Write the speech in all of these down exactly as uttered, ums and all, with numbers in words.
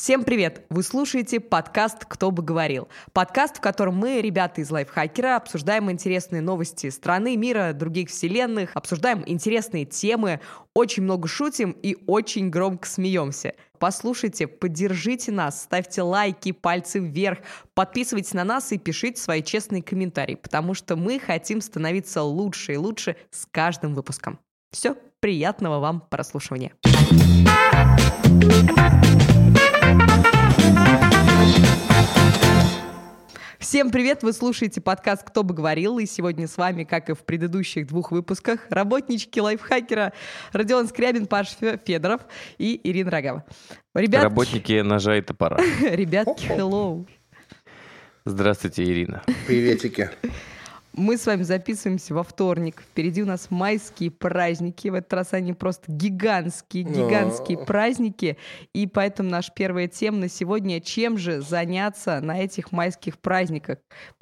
Всем привет! Вы слушаете подкаст «Кто бы говорил». Подкаст, в котором мы, ребята из Лайфхакера, обсуждаем интересные новости страны, мира, других вселенных, обсуждаем интересные темы, очень много шутим и очень громко смеемся. Послушайте, поддержите нас, ставьте лайки, пальцы вверх, подписывайтесь на нас и пишите свои честные комментарии, потому что мы хотим становиться лучше и лучше с каждым выпуском. Все, приятного вам прослушивания. Всем привет! Вы слушаете подкаст «Кто бы говорил», и сегодня с вами, как и в предыдущих двух выпусках, работнички Лайфхакера Родион Скрябин, Паш Федоров и Ирина Рогава. Ребятки... Работники ножа и топора. Ребятки, hello! Здравствуйте, Ирина. Приветики. Мы с вами записываемся во вторник. Впереди у нас майские праздники. В этот раз они просто гигантские, гигантские Но... праздники. И поэтому наша первая тема на сегодня — чем же заняться на этих майских праздниках?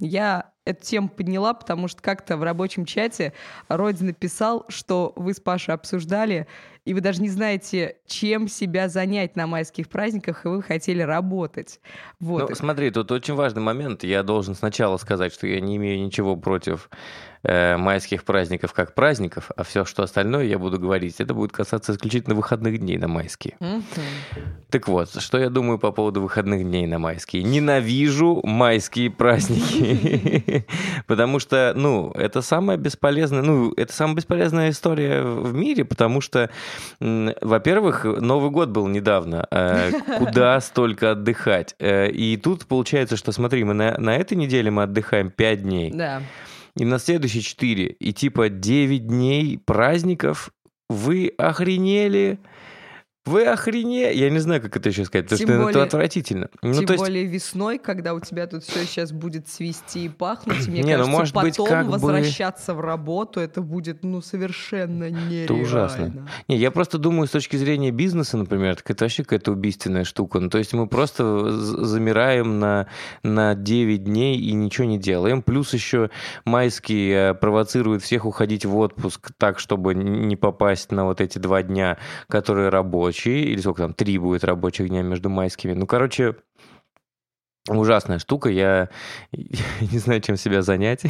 Я эту тему подняла, потому что как-то в рабочем чате Роди написал, что вы с Пашей обсуждали, и вы даже не знаете, чем себя занять на майских праздниках, и вы хотели работать. Вот. Ну, смотри, тут очень важный момент. Я должен сначала сказать, что я не имею ничего против э, майских праздников как праздников, а все, что остальное я буду говорить, это будет касаться исключительно выходных дней на майские. Mm-hmm. Так вот, что я думаю по поводу выходных дней на майские? Ненавижу майские праздники, потому что, ну, это самая бесполезная, ну, это самая бесполезная история в мире, потому что, во-первых, Новый год был недавно, куда столько отдыхать, и тут получается, что, смотри, мы на, на этой неделе мы отдыхаем пять дней, да. И на следующие четыре, и типа девять дней праздников. Вы охренели? Вы охренели? Я не знаю, как это еще сказать, потому тем что более, это отвратительно. Тем ну, то есть... более весной, когда у тебя тут все сейчас будет свисти и пахнуть, мне не, кажется, ну, может потом быть, как возвращаться бы... в работу, это будет, ну, совершенно нереально. Это ужасно. Не, я просто думаю, с точки зрения бизнеса, например, так это вообще какая-то убийственная штука. Ну, то есть мы просто замираем на, на девять дней и ничего не делаем. Плюс еще майские провоцируют всех уходить в отпуск так, чтобы не попасть на вот эти два дня, которые рабочие. Или сколько там, три будет рабочих дня между майскими. Ну, короче, ужасная штука. Я, я не знаю, чем себя занять.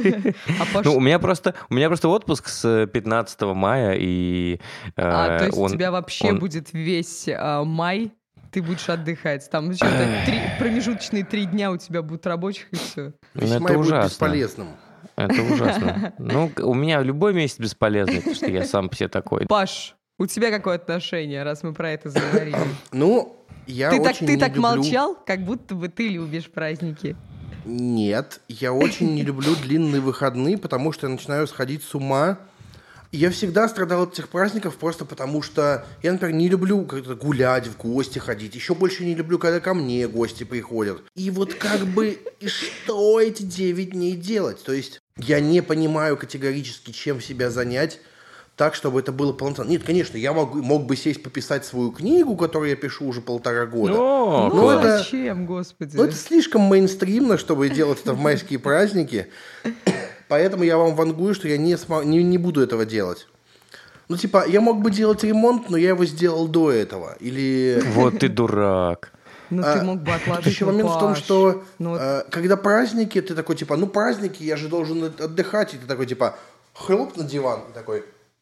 Ну, у меня просто у меня просто отпуск с пятнадцатого мая. И, а, то есть у тебя вообще будет весь май, ты будешь отдыхать. Там что-то промежуточные три дня у тебя будут рабочих, и все. Это май ужасно. Будет бесполезным. Это ужасно. Ну, у меня любой месяц бесполезный, потому что я сам по себе такой. Паш, у тебя какое отношение, раз мы про это заговорили? Ну, я ты очень так, Ты не так люблю... молчал, как будто бы ты любишь праздники. Нет, я очень не люблю длинные выходные, потому что я начинаю сходить с ума. Я всегда страдал от этих праздников просто потому, что я, например, не люблю как-то гулять, в гости ходить. Еще больше не люблю, когда ко мне гости приходят. И вот как бы, и что эти девять дней делать? То есть я не понимаю категорически, чем себя занять так, чтобы это было полноценно. Нет, конечно, я мог, мог бы сесть пописать свою книгу, которую я пишу уже полтора года. О, ну, это, зачем, господи? Ну, это слишком мейнстримно, чтобы делать это в майские праздники. Поэтому я вам вангую, что я не, см... не, не буду этого делать. Ну, типа, я мог бы делать ремонт, но я его сделал до этого. Или... Вот ты дурак. Ну, а, ты мог бы отложить. Еще момент Паш. в том, что ну, а, когда праздники, ты такой, типа, ну, праздники, я же должен отдыхать. И ты такой, типа, хлоп на диван. И такой...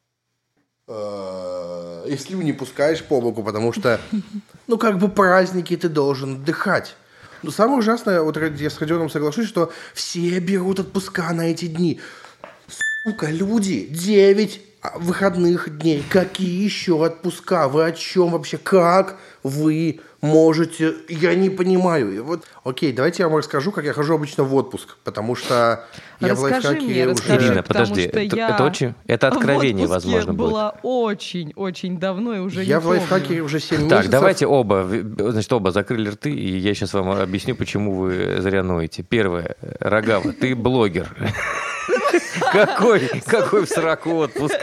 И слюни пускаешь по боку, потому что, ну, как бы праздники ты должен отдыхать. Но самое ужасное, вот я с Родионом соглашусь, что все берут отпуска на эти дни. Сука, люди, девять выходных дней. Какие еще отпуска? Вы о чем вообще? Как вы можете... Я не понимаю. Вот, окей, давайте я вам расскажу, как я хожу обычно в отпуск, потому что я расскажи в лайфхаке мне, уже... расскажи, Ирина, подожди, это, я это очень... Это откровение, в возможно, будет. была очень-очень давно и уже Я не в лайфхаке помню. уже семь так, месяцев. давайте оба, значит, оба закрыли рты, и я сейчас вам объясню, почему вы зря ноете. Первое, Рогава, ты блогер. Какой, какой в сороку отпуск?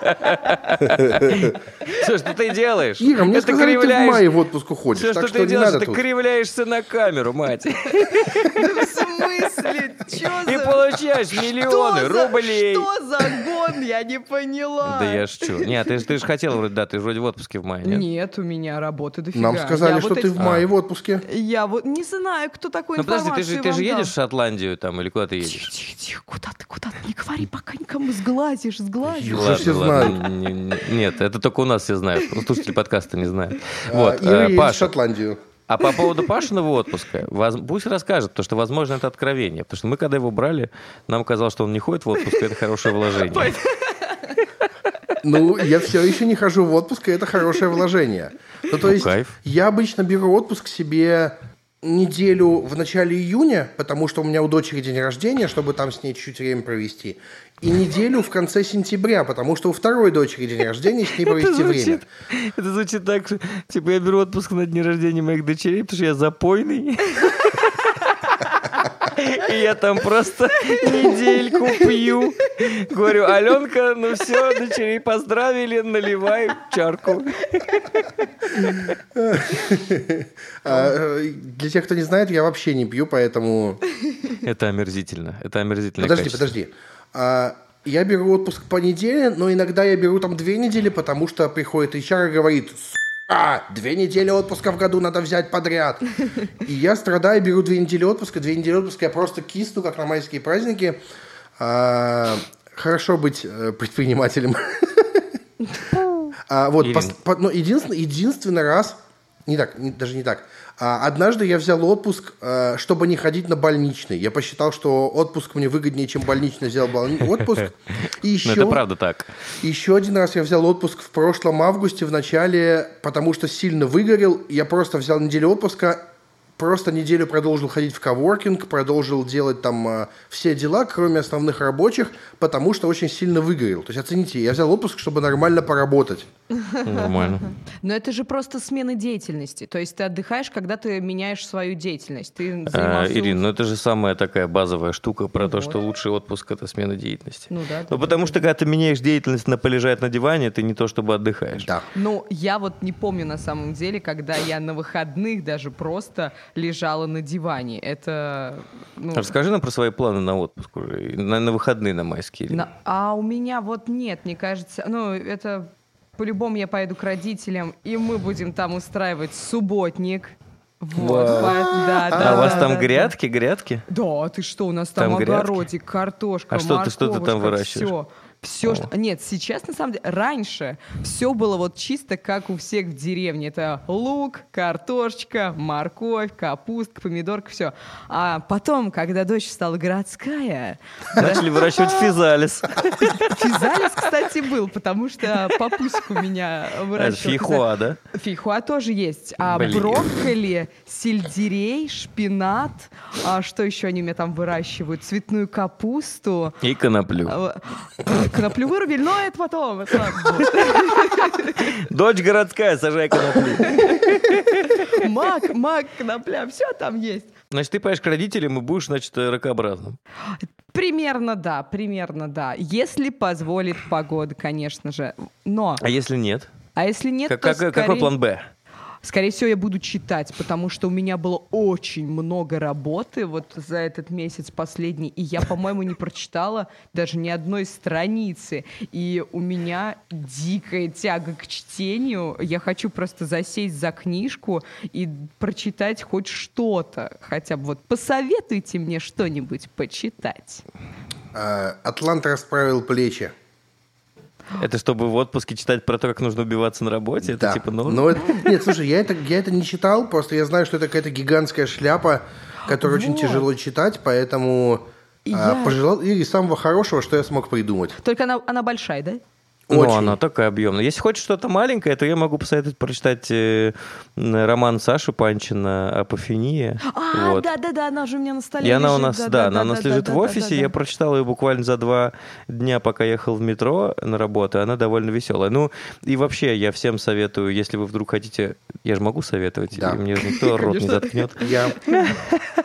Что ж ты делаешь? Ира, мне сказали, ты в мае в отпуск уходишь. Все, так что ты не делаешь, надо ты тут. кривляешься на камеру, мать. Да в смысле? Чё И за... получаешь миллионы Что за- рублей. Что за Антон, я не поняла. Да я шучу. Нет, ты же ты ж хотел вроде, да, ты же вроде в отпуске в мае, нет? Нет, у меня работы дофига. Нам сказали, Я что вот ты эти- в мае в отпуске. Я вот не знаю, кто такой Ну подожди, ты информацию же, ты же вам дал. едешь в Шотландию там или куда ты Тихо, едешь? тихо, тихо, куда ты, куда ты? Не говори, пока никому сглазишь, сглазишь. Ё- Ладно, все ладно, не- не- Нет, это только у нас все знают. Ну, слушатели подкаста не знают. А, Вот, Ира э, едет в Паша, Шотландию. а по поводу Пашиного отпуска, воз- пусть расскажет, потому что, возможно, это откровение. Потому что мы, когда его брали, нам казалось, что он не ходит в отпуск, и это хорошее вложение. Ну, я все еще не хожу в отпуск, и это хорошее вложение. Ну, то есть, кайф. я обычно беру отпуск себе неделю в начале июня, потому что у меня у дочери день рождения, чтобы там с ней чуть-чуть время провести. И неделю в конце сентября, потому что у второй дочери день рождения, с ней провести время. Это звучит так, что типа я беру отпуск на день рождения моих дочерей, потому что я запойный. И я там просто недельку пью. Говорю, Аленка, ну все, дочерей поздравили, наливай чарку. А, э, для тех, кто не знает, я вообще не пью, поэтому... Это омерзительно. Это омерзительное Подожди, качество. подожди. А, я беру отпуск по неделе, но иногда я беру там две недели, потому что приходит эйч ар и говорит: а, две недели отпуска в году надо взять подряд. И я страдаю, беру две недели отпуска. Две недели отпуска я просто кисну, как на майские праздники. А, хорошо быть э, предпринимателем. А, вот, Ирин. пос- по- но единственный, единственный раз, не так, не- даже не так, а, однажды я взял отпуск, э, чтобы не ходить на больничный. Я посчитал, что отпуск мне выгоднее, чем больничный, взял больни- отпуск. И еще, Но это правда так. еще один раз я взял отпуск в прошлом августе, в начале, потому что сильно выгорел. Я просто взял неделю отпуска, просто неделю продолжил ходить в коворкинг, продолжил делать там э, все дела, кроме основных рабочих, потому что очень сильно выгорел. То есть, оцените, я взял отпуск, чтобы нормально поработать. Нормально. Но это же просто смена деятельности. То есть ты отдыхаешь, когда ты меняешь свою деятельность. Ты А, занимался... Ирин, ну это же самая такая базовая штука про то, Вот. что лучший отпуск — это смена деятельности. Ну да. Ну да, потому да. что когда ты меняешь деятельность на полежать на диване, ты не то чтобы отдыхаешь. Да. Ну, я вот не помню на самом деле, когда я на выходных даже просто лежала на диване. Это... ну, Расскажи нам про свои планы на отпуск уже, на, на выходные на майские. Ирин. на- А у меня вот нет, мне кажется... Ну, это... По-любому я поеду к родителям, и мы будем там устраивать субботник. Вот, Вау. по- да, А да, у вас да, там да, грядки, грядки? Да, ты что, у нас там, Там грядки? огородик, картошка, А что ты- что ты там морковушка, выращиваешь? Все. Все, что... Нет, сейчас, на самом деле, раньше все было вот чисто как у всех в деревне. Это лук, картошечка, морковь, капустка, помидорка, все. А потом, когда дочь стала городская, Начали выращивать физалис. физалис, кстати, был, потому что папуська у меня Это выращивал. фейхоа, да? Фейхоа тоже есть. А Блин. брокколи, сельдерей, шпинат, а что еще они у меня там выращивают? Цветную капусту. И коноплю. А, Коноплю вырубили, но это потом. это ладно. Дочь городская, сажай коноплю. Мак, мак, конопля, все там есть. Значит, ты поедешь к родителям и будешь, значит, ракообразным. Примерно да, примерно да. Если позволит погода, конечно же. Но, А если нет? а если нет, Как- то как- скорее... Какой план Б? Скорее всего, я буду читать, потому что у меня было очень много работы вот за этот месяц последний, и я, по-моему, не прочитала даже ни одной страницы. И у меня дикая тяга к чтению. Я хочу просто засесть за книжку и прочитать хоть что-то. Хотя бы вот посоветуйте мне что-нибудь почитать. А, Атлант расправил плечи. Это чтобы в отпуске читать про то, как нужно убиваться на работе? Это Да. типа, ну... Но это- Нет, слушай, я это, я это не читал, просто я знаю, что это какая-то гигантская шляпа, которую очень Вот. тяжело читать, поэтому И а, я- пожелал Ире самого хорошего, что я смог придумать. Только она, она большая, да? Ну, Очень. она такая объемная. Если хочешь что-то маленькое, то я могу посоветовать прочитать э, роман Саши Панчина «Апофения». А, Вот. да-да-да, она же у меня на столе И она у лежит. нас, да, она у нас лежит в Да-да-да-да-да-да-да. офисе. Я прочитал ее буквально за два дня, пока ехал в метро на работу. Она довольно веселая. Ну, и вообще, я всем советую, если вы вдруг хотите... Я же могу советовать, Да. и мне же никто рот не Конечно. заткнет. Я...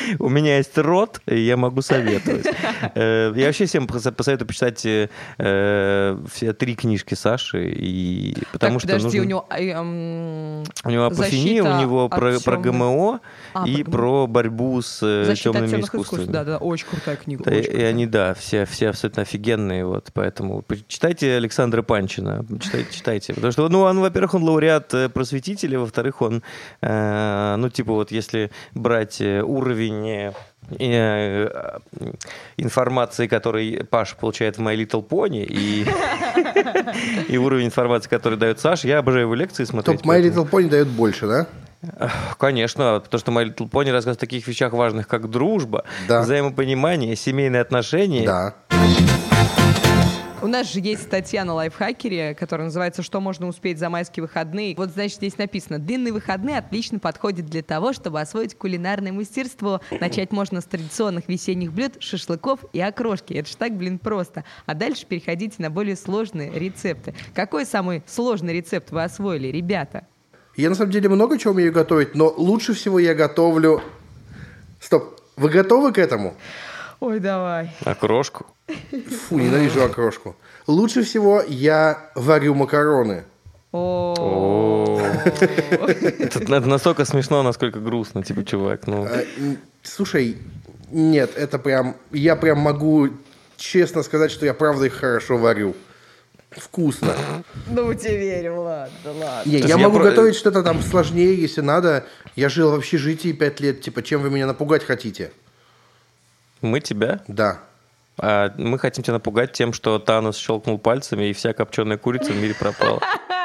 У меня есть рот, и я могу советовать. Я вообще всем посоветую почитать все три книжки Саши, и потому что подожди, нужно... у него... У него апофения, у него про, про ГМО а, и про, про борьбу с темными искусствами. Да, да, очень крутая книга. Да, очень и крутая. они, да, все, все абсолютно офигенные, вот, поэтому читайте Александра Панчина, читайте, читайте, потому что, ну, он, во-первых, он лауреат просветителя, во-вторых, он, э, ну, типа, вот, если брать уровень э, информации, который Паша получает в My Little Pony, и, и уровень информации, который дает Саша, я обожаю его лекции смотреть. Топ My Little Pony дает больше, да? Конечно, потому что My Little Pony рассказывает о таких вещах важных, как дружба, да. взаимопонимание, семейные отношения. Да. У нас же есть статья на Лайфхакере, которая называется «Что можно успеть за майские выходные?». Вот, значит, здесь написано: длинные выходные отлично подходят для того, чтобы освоить кулинарное мастерство. Начать можно с традиционных весенних блюд, шашлыков и окрошки. Это ж так, блин, просто. А дальше переходите на более сложные рецепты. Какой самый сложный рецепт вы освоили, ребята? Я, на самом деле, много чего умею готовить, но лучше всего я готовлю... Стоп, вы готовы к этому? Ой, давай. Окрошку? Фу, ненавижу окрошку. Лучше всего я варю макароны. Это настолько смешно, насколько грустно, типа, чувак. Ну. Слушай, нет, это прям... Я прям могу честно сказать, что я правда их хорошо варю. Вкусно. Ну, тебе верю, ладно, ладно. Не, я, я могу про... готовить что-то там сложнее, если надо. Я жил в общежитии пять лет. Типа, чем вы меня напугать хотите? Мы тебя? Да. А мы хотим тебя напугать тем, что Танос щелкнул пальцами, и вся копченая курица в мире пропала.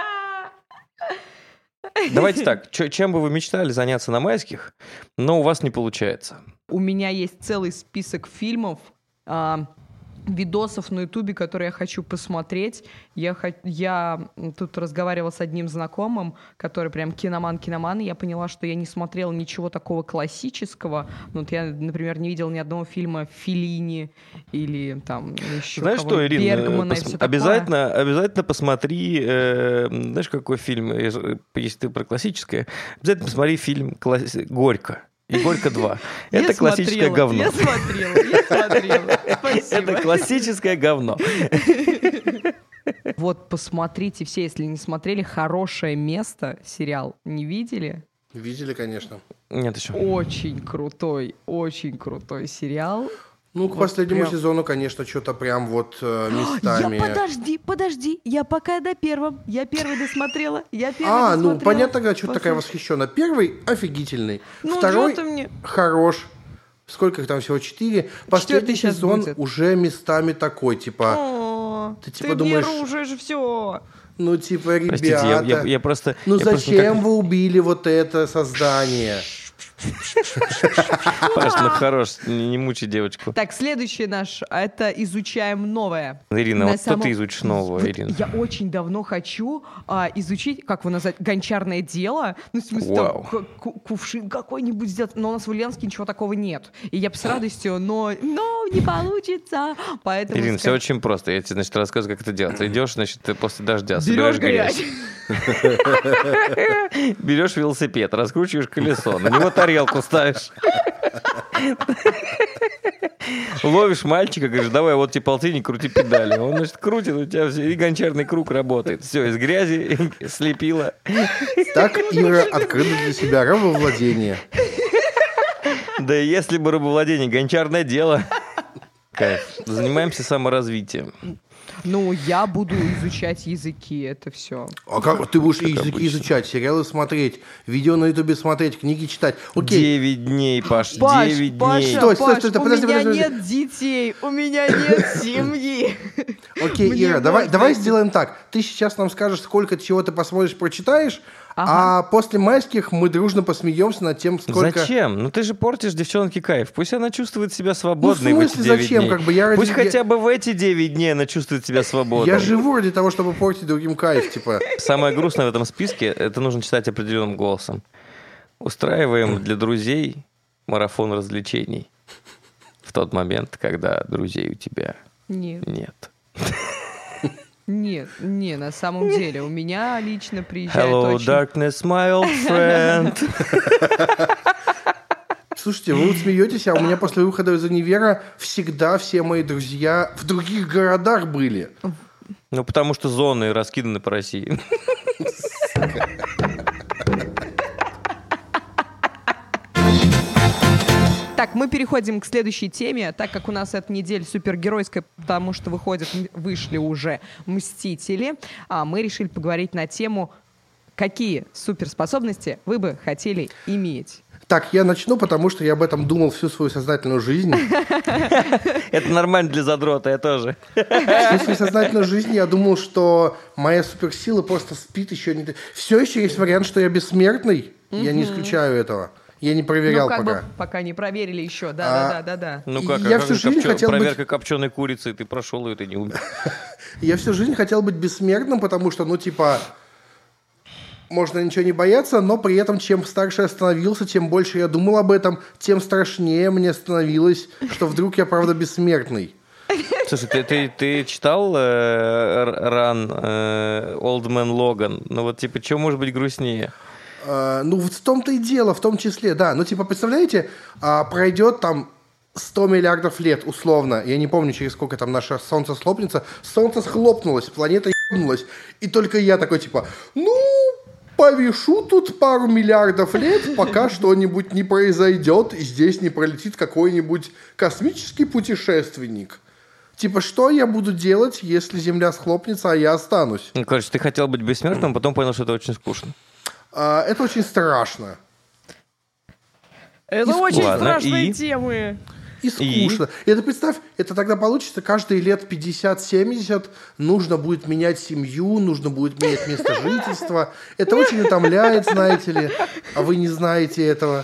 Давайте так, чем бы вы мечтали заняться на майских, но у вас не получается? У меня есть целый список фильмов, а, видосов на Ютубе, которые я хочу посмотреть. Я, я тут разговаривала с одним знакомым, который прям киноман-киноман, и я поняла, что я не смотрела ничего такого классического. Ну, вот я, например, не видела ни одного фильма Феллини или там еще знаешь что, Ирина, Бергмана пос... и все обязательно, такое. Обязательно посмотри, э, знаешь, какой фильм, если ты про классическое, обязательно посмотри фильм класс... «Горько». И «Горько два». Это классическое говно. Я смотрела, я смотрела. Спасибо. Это классическое говно. Вот посмотрите все, если не смотрели, «Хорошее место» сериал. Не видели? Видели, конечно. Нет еще. Очень крутой, очень крутой сериал. Ну, к вот последнему прям... сезону, конечно, что-то прям вот э, местами... Я, подожди, подожди, я пока до первого, я первый досмотрела, я первый А, досмотрела. ну, понятно, что Послушай. такая восхищенная. Первый офигительный, ну, второй мне... хорош. Сколько их там всего? Четыре. Последний сезон будет. Уже местами такой, типа... О, ты типа ты думаешь... мне ружаешь все. Ну, типа, ребята... Простите, я, я, я просто... Ну, я зачем просто никак... вы убили вот это создание? Паш, ну хорош, не, не мучай девочку. Так, следующий наш, это изучаем новое. Ирина, вот самом... что ты изучишь нового, вот Ирина? Я очень давно хочу а, изучить, как вы назвать, гончарное дело. Ну, в смысле, там, кувшин какой-нибудь сделать. Но у нас в Ульяновске ничего такого нет. И я бы с радостью, но, но не получится. Поэтому Ирина, скажу... все очень просто. Я тебе, значит, рассказываю, как это делать. Ты идешь, значит, ты после дождя берешь собираешь грязь. Берешь велосипед, раскручиваешь колесо, на него тарелку ставишь. Ловишь мальчика, говоришь, давай, вот тебе полтинник, крути педали. Он, значит, крутит, у тебя все, и гончарный круг работает. Все, из грязи слепило. Так Ира открыла для себя рабовладение. Да если бы рабовладение, гончарное дело. Кайф. Занимаемся саморазвитием. Ну, я буду изучать языки, это все. А как ты будешь как языки обычно. изучать, сериалы смотреть, видео на ютубе смотреть, книги читать? Окей. Девять дней, Паш, Паш, девять Паша, дней. Стой, стой, стой, стой, у подожди, меня подожди, нет подожди. детей, у меня нет семьи. Окей, Ира, давай, давай сделаем так. Ты сейчас нам скажешь, сколько чего ты посмотришь, прочитаешь, ага. а после майских мы дружно посмеемся над тем, сколько... Зачем? Ну ты же портишь девчонке кайф. Пусть она чувствует себя свободной ну, в в эти девять зачем? дней. Как бы я Пусть ради... хотя бы в эти девять дней она чувствует себя свободной. Я живу ради того, чтобы портить другим кайф, типа. Самое грустное в этом списке, это нужно читать определенным голосом. Устраиваем для друзей марафон развлечений в тот момент, когда друзей у тебя нет. нет. Нет, не, на самом деле, у меня лично приезжает Hello, очень... darkness, my old friend. Слушайте, вы вот смеетесь, а у меня после выхода из универа всегда все мои друзья в других городах были. Ну, потому что зоны раскиданы по России. Так, мы переходим к следующей теме, так как у нас эта неделя супергеройская, потому что выходят, вышли уже «Мстители», а мы решили поговорить на тему, какие суперспособности вы бы хотели иметь. Так, я начну, потому что я об этом думал всю свою сознательную жизнь. Это нормально для задрота, я тоже. Всю свою сознательную жизнь я думал, что моя суперсила просто спит еще не... Все еще есть вариант, что я бессмертный. Я не исключаю этого. Я не проверял ну, как пока. Бы, пока не проверили еще, да-да-да. Ну как, я а всю как жизнь копчё... хотел проверка быть... копченой курицы, ты прошел ее, ты не умер. Я всю жизнь хотел быть бессмертным, потому что, ну, типа, можно ничего не бояться, но при этом, чем старше я становился, чем больше я думал об этом, тем страшнее мне становилось, что вдруг я, правда, бессмертный. Слушай, ты, ты, ты читал э, Ран э, Old Man Logan? Ну вот, типа, что может быть грустнее? Uh, ну, в том-то и дело, в том числе, да. Ну, типа, представляете, uh, пройдет там сто миллиардов лет, условно. Я не помню, через сколько там наше Солнце схлопнется. Солнце схлопнулось, планета ебнулась. И только я такой, типа, ну, повешу тут пару миллиардов лет, пока что-нибудь не произойдет, и здесь не пролетит какой-нибудь космический путешественник. Типа, что я буду делать, если Земля схлопнется, а я останусь? Ну, короче, ты хотел быть бессмертным, потом понял, что это очень скучно. Uh, это очень страшно. Это и очень ладно, страшные и? темы. И скучно. И? Это представь, это тогда получится, каждые лет пятьдесят-семьдесят нужно будет менять семью, нужно будет менять место жительства. Это очень утомляет, знаете ли, а вы не знаете этого.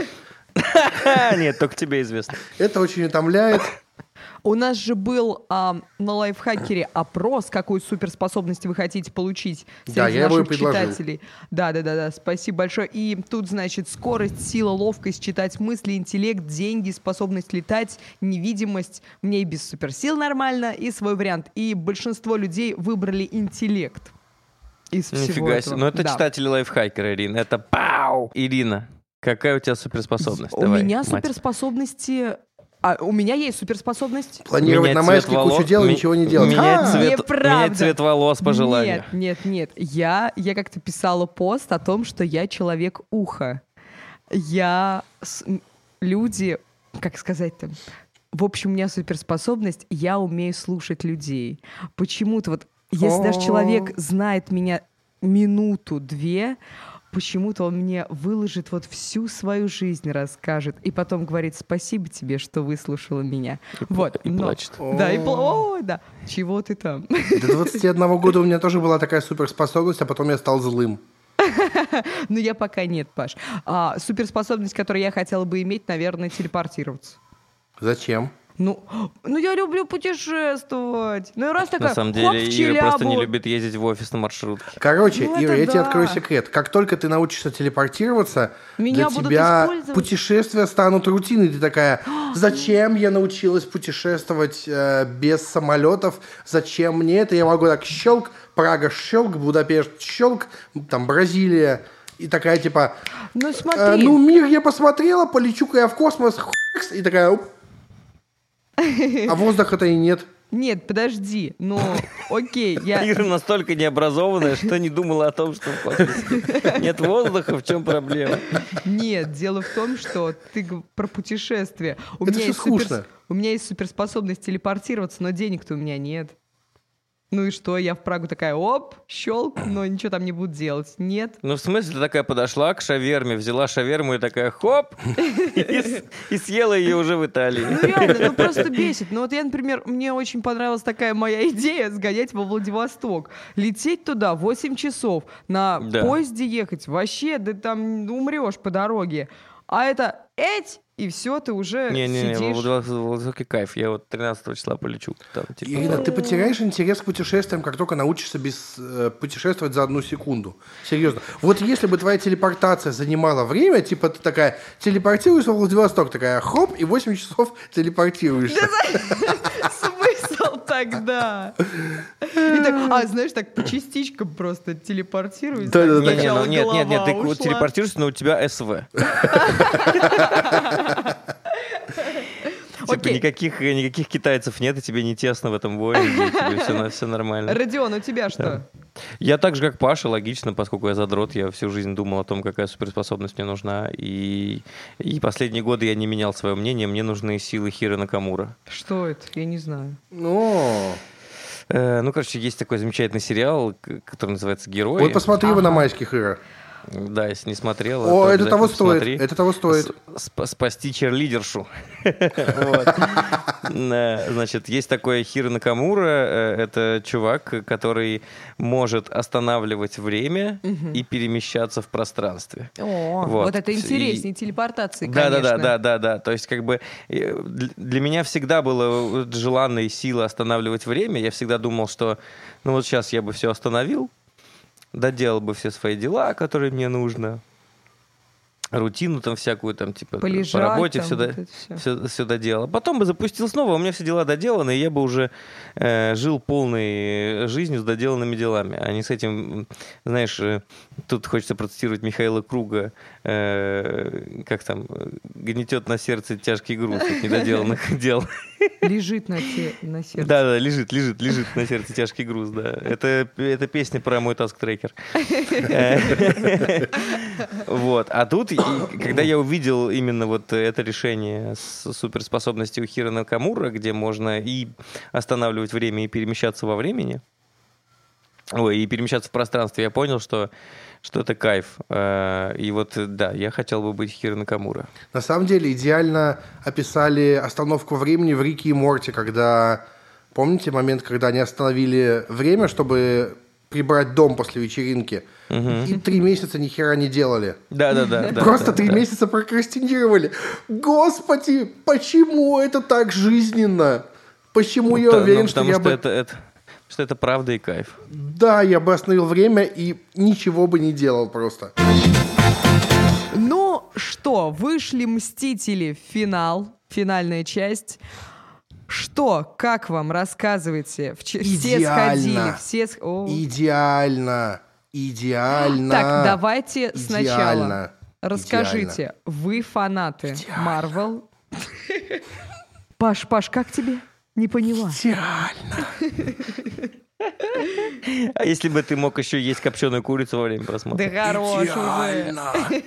Нет, только тебе известно. Это очень утомляет. У нас же был а, на лайфхакере опрос, какую суперспособность вы хотите получить среди да, я наших его читателей. Да, да, да, да, спасибо большое. И тут, значит, скорость, сила, ловкость, читать мысли, интеллект, деньги, способность летать, невидимость. Мне и без суперсил нормально, и свой вариант. И большинство людей выбрали интеллект. Из всего Нифига себе. этого. Ну это да. читатели лайфхакера, Ирина. Это пау! Ирина, какая у тебя суперспособность? У Давай, меня мать. суперспособности... А у меня есть суперспособность. Планировать Менять на майске цвет кучу волос, дел и ми- ничего не делать. Менять, А, цвет, неправда. менять цвет волос по желанию. Нет, нет, нет. Я, я как-то писала пост о том, что я человек уха. Я... с- Люди... Как сказать-то? В общем, у меня суперспособность, я умею слушать людей. Почему-то вот, если даже человек знает меня минуту-две, почему-то он мне выложит вот всю свою жизнь, расскажет, и потом говорит: спасибо тебе, что выслушала меня. И вот. и но- плачет. Да, и пла- Ой, да. Чего ты там? До двадцати одного года у меня тоже была такая суперспособность, а потом я стал злым. Ну, я пока нет, Паш. А, суперспособность, которую я хотела бы иметь, наверное, телепортироваться. Зачем? Ну, ну, я люблю путешествовать. Ну, и раз такая, На самом хоп, деле, в Ира просто не Челябу. любит ездить в офис на маршрутке. Короче, Ну, Ира, это я тебе да. открою секрет. Как только ты научишься телепортироваться, Меня для будут тебя использовать. путешествия станут рутиной. Ты такая, зачем я научилась путешествовать э, без самолетов? Зачем мне это? Я могу так щелк, Прага щелк, Будапешт щелк, там Бразилия. И такая типа, Ну, э, смотри. ну мир я посмотрела, полечу-ка я в космос, хуякс, и такая, оп. А воздуха-то и нет. Нет, подожди. Ну, окей, я... Ира настолько необразованная, что не думала о том, что в космосе нет воздуха, в чем проблема? Нет, дело в том, что ты г- про путешествие. У Это меня всё есть супер- скучно. У меня есть суперспособность телепортироваться, но денег-то у меня нет. Ну и что, я в Прагу такая, оп, щелк, но ничего там не буду делать. Нет. Ну, в смысле, ты такая подошла к шаверме, взяла шаверму и такая хоп, и с- и съела ее уже в Италии. Ну реально, ну просто бесит. Ну вот я, например, мне очень понравилась такая моя идея сгонять во Владивосток. Лететь туда восемь часов, на Да. поезде ехать, вообще, да там умрешь по дороге. А это эть, и все, ты уже Не-не-не, в сидишь. Владивостоке Владивостоке кайф. Я вот тринадцатого числа полечу. Там, типа, Ирина, ты потеряешь интерес к путешествиям, как только научишься без, э, путешествовать за одну секунду. Серьезно. Вот если бы твоя телепортация занимала время, типа ты такая, телепортируешься в Владивосток, такая, хоп, и восемь часов телепортируешься. Смысл тогда? И так, а, знаешь, так по частичкам просто телепортируюсь. Да, так да, да. Не, не, сначала ну, нет, нет, нет, ты голова ушла. телепортируешься, но у тебя СВ. типа никаких, никаких китайцев нет, и тебе не тесно в этом Боинге, тебе все, все нормально. Родион, у тебя что? Да. Я так же, как Паша, логично, поскольку я задрот, я всю жизнь думал о том, какая суперспособность мне нужна, и, и последние годы я не менял свое мнение, мне нужны силы Хиро Накамура. Что это? Я не знаю. Ну... Э, ну, короче, есть такой замечательный сериал, который называется «Герои». Вот посмотри ага. его на майских играх. Да, если не смотрел, О, то это того стоит. посмотри. Это того стоит. Сп- спасти черлидершу. Значит, есть такой Хиро Накамура. Это чувак, который может останавливать время и перемещаться в пространстве. О, вот это интереснее телепортации, да, конечно. Да, да, да, да, да. То есть, как бы для меня всегда было желанной силы останавливать время. Я всегда думал, что ну вот сейчас я бы все остановил, доделал бы все свои дела, которые мне нужно, рутину там всякую, там, типа, полежать, по работе там, все, вот все. Все, все доделал. Потом бы запустил снова, у меня все дела доделаны, и я бы уже э, жил полной жизнью с доделанными делами, а не с этим, знаешь, э, тут хочется процитировать Михаила Круга, э, как там, гнетет на сердце тяжкий груз от недоделанных дел. Лежит на, те, на сердце. Да, да, лежит, лежит, лежит на сердце тяжкий груз, да. Это, это песня про мой таск-трекер. Вот. А тут, когда я увидел именно вот это решение с суперспособностью у Хиро Накамура, где можно и останавливать время, и перемещаться во времени, ой, и перемещаться в пространстве, я понял, что что это кайф. И вот, да, я хотел бы быть Хиро Накамура. На самом деле, идеально описали остановку времени в Рике и Морти, когда... Помните момент, когда они остановили время, чтобы прибрать дом после вечеринки? Угу. И три месяца ни хера не делали. Да-да-да. Просто да, три да. месяца прокрастинировали. Господи, почему это так жизненно? Почему ну, я то, уверен, ну, что я я что бы... Это, это... Что это правда и кайф. Да, я бы остановил время и ничего бы не делал просто. Ну что, вышли «Мстители» в финал, финальная часть. Что, как вам, рассказывайте? Все сходили, все... О. Идеально, идеально. Так, давайте идеально, сначала расскажите, идеально. Вы фанаты Марвел? Паш, Паш, как тебе? Не поняла. Идеально. А если бы ты мог еще есть копченую курицу во время просмотра? Да хорош уже.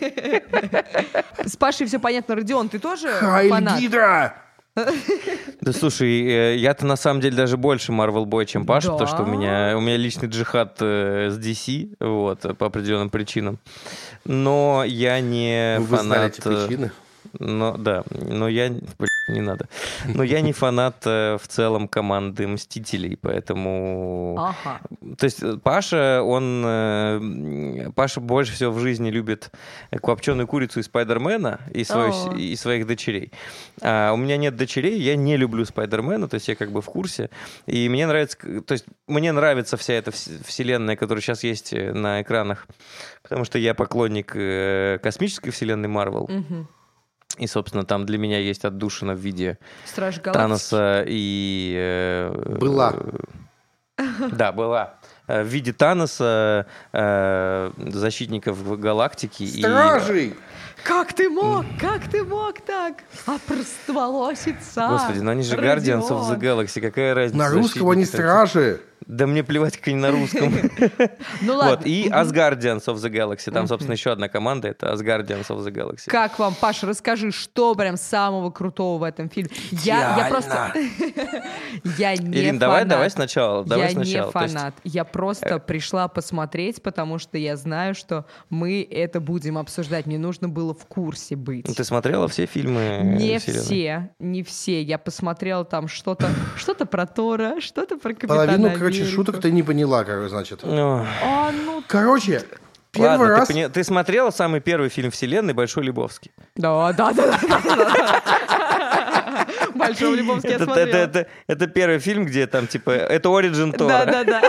С Пашей все понятно. Родион, ты тоже Хайль фанат? Гидра! Да слушай, я-то на самом деле даже больше Marvel Boy, чем Паша, да? потому что у меня, у меня личный джихад с ди си, вот, по определенным причинам. Но я не Вы фанат... знали эти причины? Но, да, но я... Блин, не надо. Но я не фанат э, в целом команды «Мстителей», поэтому... Ага. То есть Паша, он... Э, Паша больше всего в жизни любит копченую курицу и Спайдермена и, свой, и своих дочерей. А у меня нет дочерей, я не люблю Спайдермена, то есть я как бы в курсе. И мне нравится... То есть мне нравится вся эта вселенная, которая сейчас есть на экранах, потому что я поклонник э, космической вселенной Марвел. Угу. И, собственно, там для меня есть отдушина в виде Страж Галактики. Таноса и... Э, была. Э, да, была. В виде Таноса, э, защитников галактики. Стражей! И... Как ты мог? Как ты мог так? Опростоволоситься. Господи, ну они же Родион. Guardians of the Galaxy. Какая разница? На русском они стражи. Да мне плевать, как они на русском. Ну ладно. Вот, и Asgardians of the Galaxy. Там, собственно, еще одна команда. Это Asgardians of the Galaxy. Как вам, Паша, расскажи, что прям самого крутого в этом фильме? Я, я просто... Я не Ирин, фанат. давай, давай сначала. Давай я сначала. не фанат. Есть... Я просто пришла посмотреть, потому что я знаю, что мы это будем обсуждать. Мне нужно было в курсе быть. Ну, ты смотрела все фильмы? Не вселенной? все, не все. Я посмотрела там что-то, что-то про Тора, что-то про Капитана Половину, Америку. короче, шуток ты не поняла, короче, значит. Ну... А, ну... Короче, первый Ладно, раз... ты, пони... ты смотрела самый первый фильм вселенной «Большой Лебовский»? Да, да, да, да. Большой Лебовский я это, смотрела. Это, это, это первый фильм, где там, типа, это Origin Тора. Да, да, да.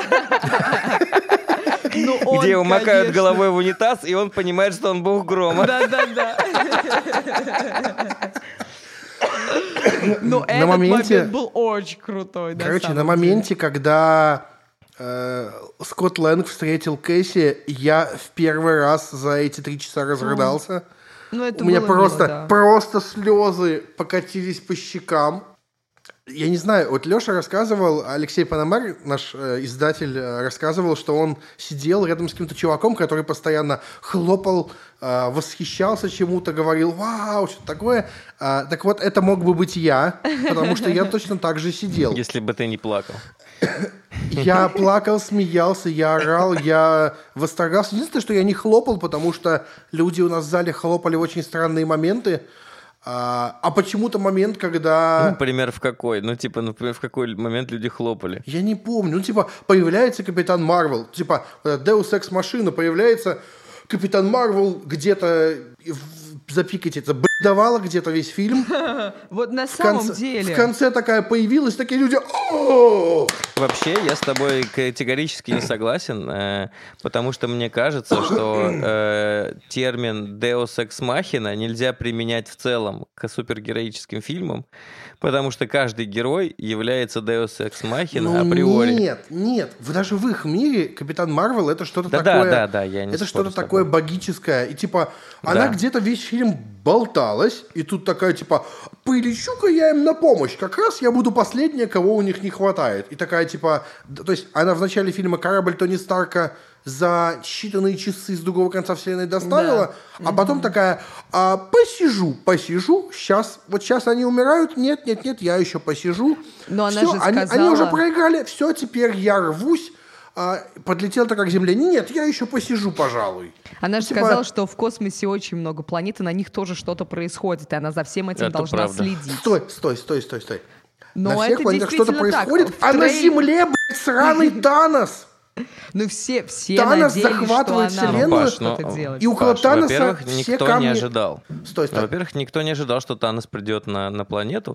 Ну, он, где его макают конечно. головой в унитаз, и он понимает, что он бог грома. Да, да, да. Но этот моменте... момент был очень крутой. Короче, на, на моменте, когда э, Скотт Лэнг встретил Кэсси, я в первый раз за эти три часа разрыдался. Ну, это У меня было просто, мило, да. просто слезы покатились по щекам. Я не знаю, вот Леша рассказывал, Алексей Пономарь, наш э, издатель, э, рассказывал, что он сидел рядом с каким-то чуваком, который постоянно хлопал, э, восхищался чему-то, говорил «Вау!» что-то такое. А, так вот, это мог бы быть я, потому что я точно так же сидел. Если бы ты не плакал. Я плакал, смеялся, я орал, я восторгался. Единственное, что я не хлопал, потому что люди у нас в зале хлопали в очень странные моменты. А, а почему-то момент, когда... Ну, например, в какой? Ну, типа, например, в какой момент люди хлопали? Я не помню. Ну, типа, появляется Капитан Марвел. Типа, Deus Ex Machina, появляется Капитан Марвел где-то... Запикайте, это давала где-то весь фильм. Вот на В самом конце, деле. в конце такая появилась, такие люди... «О!» Вообще, я с тобой категорически не согласен, э, потому что мне кажется, что э, термин Deus Ex Machina нельзя применять в целом к супергероическим фильмам, потому что каждый герой является Deus Ex Machina Ну, априори. нет, нет. В- Даже в их мире Капитан Марвел это что-то Да, такое... да, да, да, я не Это спорю что-то с тобой. такое богическое. И типа, она Да. где-то весь фильм болталась, и тут такая типа, полечу-ка я им на помощь. Как раз я буду последняя, кого у них не хватает. И такая типа... д- То есть она в начале фильма корабль Тони Старка за считанные часы с другого конца вселенной доставила, а потом такая, а, посижу, посижу, сейчас, вот сейчас они умирают, нет, нет, нет, я еще посижу. Но она Всё, же они, сказала- они уже проиграли, все, теперь я рвусь, а, подлетел так к земле, нет, я еще посижу, пожалуй. Она же Типа- сказала, что в космосе очень много планет, и на них тоже что-то происходит, и она за всем этим Это должна правда. следить. Стой, стой, стой, стой, стой. Но на всех это планетах что-то действительно так. происходит, В а на трейлере- земле, блядь, сраный Танос. Ну все, все Танос надеялись, захватывает что она вселенную. может Ну, что-то Паш, делать. И у Паш, Таноса во-первых, все никто камни... не ожидал. Стой, стой. Ну, во-первых, никто не ожидал, что Танос придет на, на планету,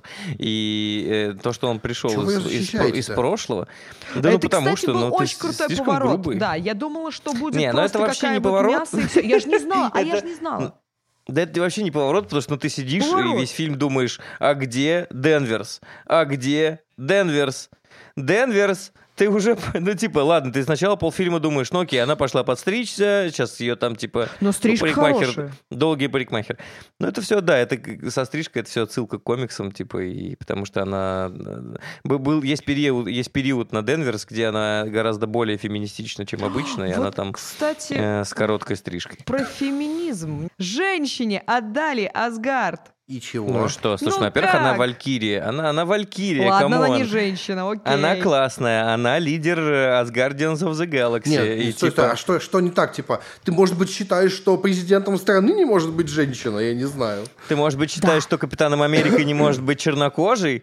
и э, то, что он пришел Чего вы из, из, защищаете-то? из прошлого, да ну Это, потому кстати, что был ну, ты очень крутой слишком поворот. грубый. Да, я думала, что будет Не, ну просто это вообще не какая-нибудь поворот. мясо и всё. Я же не знала, а я Это- же не знала. Да это вообще не поворот, потому что ну, ты сидишь Поворот. и весь фильм думаешь, а где Денверс? А где Денверс? Денверс? Ты уже, ну, типа, ладно, ты сначала полфильма думаешь, ну, окей, она пошла подстричься, сейчас ее там, типа... Но стрижка парикмахер, хорошая. долгий парикмахер. Ну, это все, да, это к- со стрижкой, это все отсылка к комиксам, типа, и потому что она... э, Был, был- есть, период, есть период на Денверс, где она гораздо более феминистична, чем обычно, и Вот, она там кстати, э, с короткой стрижкой. про феминизм. Женщине отдали Асгард. И чего? Ну что, слушай, Ну ну, во-первых, она как? Валькирия. Она, она Валькирия, Ладно, она камон. не женщина, окей. Она классная, она лидер э, Asgardians of the Galaxy. Нет, и, стой, типа, стой, а что, что не так? Типа, ты, может быть, считаешь, что президентом страны не может быть женщина? Я не знаю. Ты, может быть, считаешь, что Капитаном Америки не может быть чернокожий?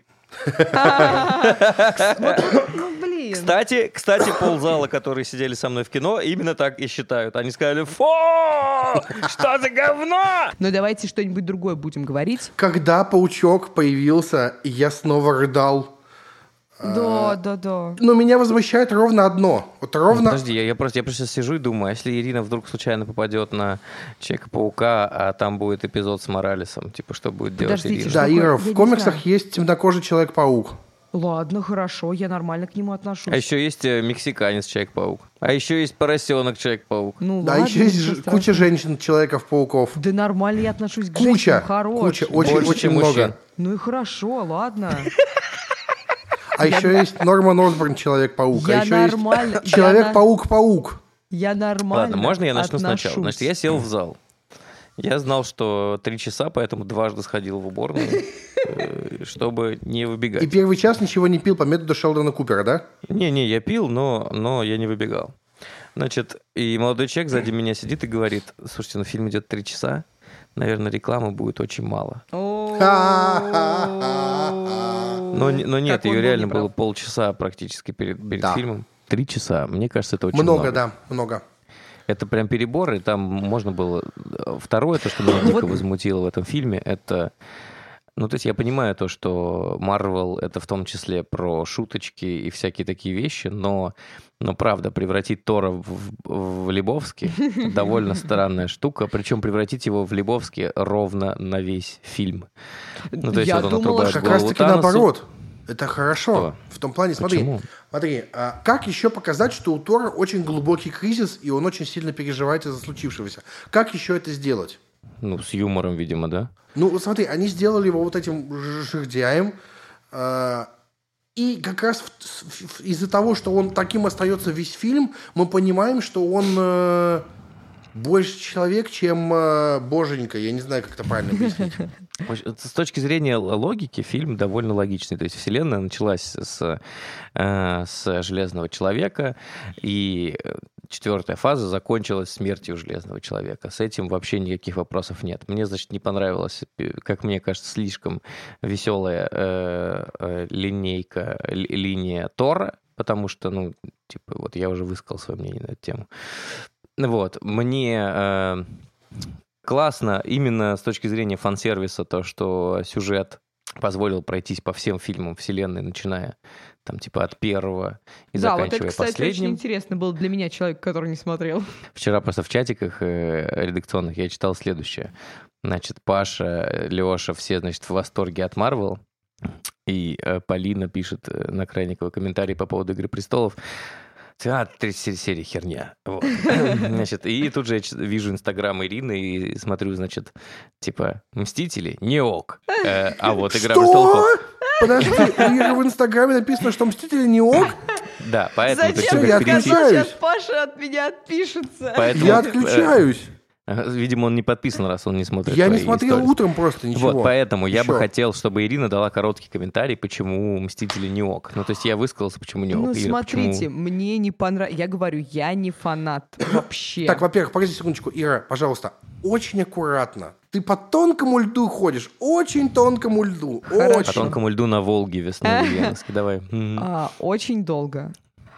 Ну, блин. Кстати, кстати, ползала, которые сидели со мной в кино, именно так и считают. Они сказали, фу, что за говно? Ну, давайте что-нибудь другое будем говорить. Когда паучок появился, я снова рыдал. Да, да, да. Но меня возмущает ровно одно. Вот ровно... Подожди, я, я просто, я просто сижу и думаю, а если Ирина вдруг случайно попадет на Человека-паука, а там будет эпизод с Моралесом, типа, что будет делать Подождите, Ирина? что Да, такое? Ира, Я в не комиксах знаю. есть темнокожий Человек-паук. Ладно, хорошо, я нормально к нему отношусь. А еще есть э, мексиканец Человек-паук. А еще есть поросенок Человек-паук. Ну, Да, ладно, еще есть ничего ж- страшного. куча женщин Человеков-пауков. Да нормально я отношусь к Куча, женщинам, хорош. куча, очень, Больше, очень чем много. мужчин. Ну и хорошо, ладно. А еще есть Норман Осборн Человек-паук. Я А еще нормально- есть я Человек-паук-паук. Я нормально Ладно, можно я начну отношусь. сначала? Значит, я сел в зал. Я знал, что три часа, поэтому дважды сходил в уборную, э, чтобы не И выбегать. первый час ничего не пил по методу Шелдона Купера, да? Не-не, я пил, но, но я не выбегал. Значит, и молодой человек сзади меня сидит и говорит, слушайте, ну фильм идет три часа, наверное, рекламы будет очень мало. Но, не- но нет, Как он ее был реально неправ. было полчаса практически перед, перед Да. фильмом. Три часа, мне кажется, это очень Много, много. да, много. Это прям перебор, и там можно было... Второе, то, что меня дико Вот. возмутило в этом фильме, это... Ну, то есть я понимаю то, что Marvel — это в том числе про шуточки и всякие такие вещи, но, но правда, превратить Тора в, в, в Лебовски — довольно странная штука, причем превратить его в Лебовски ровно на весь фильм. Ну, то есть Я вот он думала, отрубает что- Как раз голову таки Таносу. наоборот. Это хорошо. Что? В том плане, смотри, Почему? смотри, а как еще показать, что у Тора очень глубокий кризис, и он очень сильно переживает из-за случившегося? Как еще это сделать? Ну, с юмором, видимо, да? Ну, вот смотри, они сделали его вот этим жердяем, э, и как раз в, в, из-за того, что он таким остается весь фильм, мы понимаем, что он э, больше человек, чем э, боженька. Я не знаю, как это правильно объяснить. С точки зрения логики, фильм довольно логичный. То есть вселенная началась с, э, с Железного человека, и четвертая фаза закончилась смертью Железного человека. С этим вообще никаких вопросов нет. Мне, значит, не понравилась, как мне кажется, слишком веселая э, э, линейка, ли, линия Тора, потому что, ну, типа, вот я уже высказал свое мнение на эту тему. Вот, мне... Э, Классно именно с точки зрения фан-сервиса то, что сюжет позволил пройтись по всем фильмам вселенной, начиная там типа от первого и да, заканчивая вот это, кстати, последним. очень интересно было для меня, человек, который не смотрел. Вчера просто в чатиках э, редакционных я читал следующее. Значит, Паша, Леша, все, значит, в восторге от Марвел. И э, Полина пишет э, на Крайникова комментарий по поводу «Игры престолов». А, третья серия херня. Вот. Значит, и тут же я вижу Инстаграм Ирины и смотрю, значит, типа, «Мстители» не ок. Э, а вот «Игра престолов». Подожди, у Иры в Инстаграме написано, что «Мстители» не ок? Да, поэтому... Зачем я сказал, отключаюсь? сейчас Паша от меня отпишется? Поэтому, Я отключаюсь. Видимо, он не подписан, раз он не смотрит. Я не смотрел сторис. Утром просто ничего. Вот, поэтому Еще. я бы хотел, чтобы Ирина дала короткий комментарий, почему «Мстители» не ок. Ну, то есть я высказался, почему не ок. Ну, Ира, смотрите, почему... мне не понравилось. Я говорю, я не фанат вообще. Так, во-первых, погоди секундочку. Ира, пожалуйста, очень аккуратно. Ты по тонкому льду ходишь. Очень тонкому льду. Хорошо. Очень. По тонкому льду на Волге весной в Ульяновске. Давай. А, очень долго.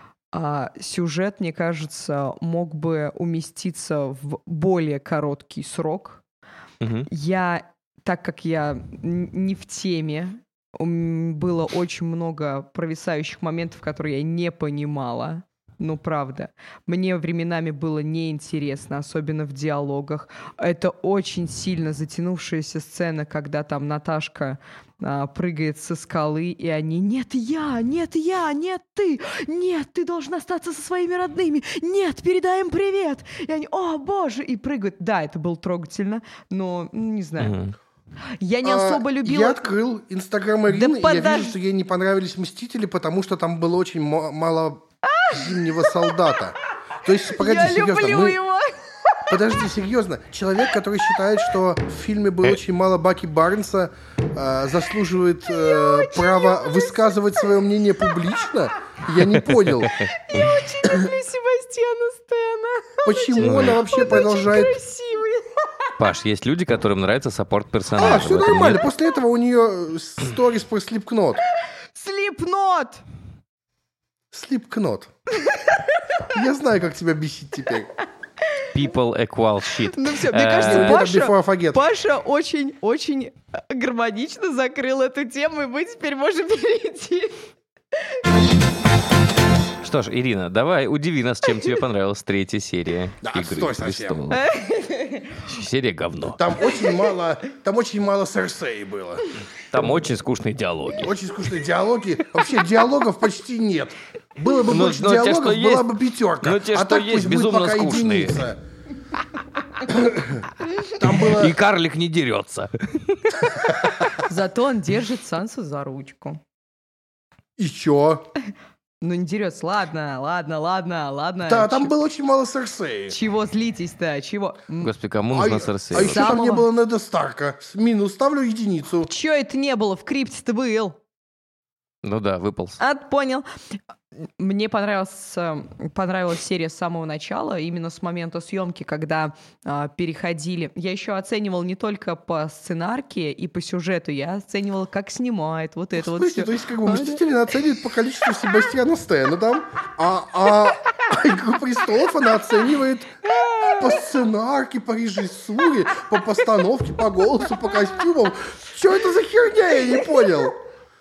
А, сюжет, мне кажется, мог бы уместиться в более короткий срок. Угу. Я, так как я не в теме, было очень много провисающих моментов, которые я не понимала. Ну, правда. Мне временами было неинтересно, особенно в диалогах. Это очень сильно затянувшаяся сцена, когда там Наташка а, прыгает со скалы, и они «Нет, я! Нет, я! Нет, ты! Нет, ты должен остаться со своими родными! Нет, передай им привет!» И они «О, боже!» и прыгают. Да, это было трогательно, но не знаю. Угу. Я не особо а, любила... Я открыл Инстаграм Ирины, да и я подож... вижу, что ей не понравились «Мстители», потому что там было очень м- мало зимнего солдата. То есть, погоди, я серьезно. люблю мы... его! Подожди, серьезно. Человек, который считает, что в фильме было очень мало Баки Барнса, э, заслуживает э, права высказывать свое мнение публично? Я не понял. Я очень люблю Себастьяна Стэна. Почему она вообще Он продолжает... очень красивый. Паш, есть люди, которым нравится саппорт-персонаж. А, все нормально. После этого у нее сторис про Слипкнот. Слипнот! Слипкнот. Я знаю, как тебя бесить теперь. People equal shit. Ну все, мне кажется, Паша, Паша очень-очень гармонично закрыл эту тему, и мы теперь можем перейти. Что ж, Ирина, давай, удиви нас, чем тебе понравилась третья серия Да, «Игры отстой совсем. престолов». Серия говно. Там очень мало, там очень мало Серсеи было. Там очень скучные диалоги. Очень скучные диалоги. Вообще диалогов почти нет. Было бы Но- больше но те, диалогов, что была есть- бы пятерка. но те, а что так есть, пусть будет безумно пока скучные. единица. Там было... И карлик не дерется. Зато он держит Сансу за ручку. И чё? Ну не дерется. Ладно, ладно, ладно, ладно. Да, там Ч- было очень мало Серсеи. Чего злитесь-то? Чего? М, Господи, кому А, нужна а Серсея? еще там не Самого- было Неда Старка. Минус, ставлю единицу. Чё это не было? В крипте-то был. Ну да, выполз. А, понял. Мне понравилась, э, понравилась серия с самого начала, именно с момента съемки, когда э, переходили. Я еще оценивал не только по сценарке и по сюжету, я оценивала, как снимает вот это вот Слушайте, все. то есть как бы Мстители она оценивает по количеству Себастьяна Стэна там, а, а, а «Игру престолов» она оценивает по сценарке, по режиссуре, по постановке, по голосу, по костюмам. Что это за херня, я не понял.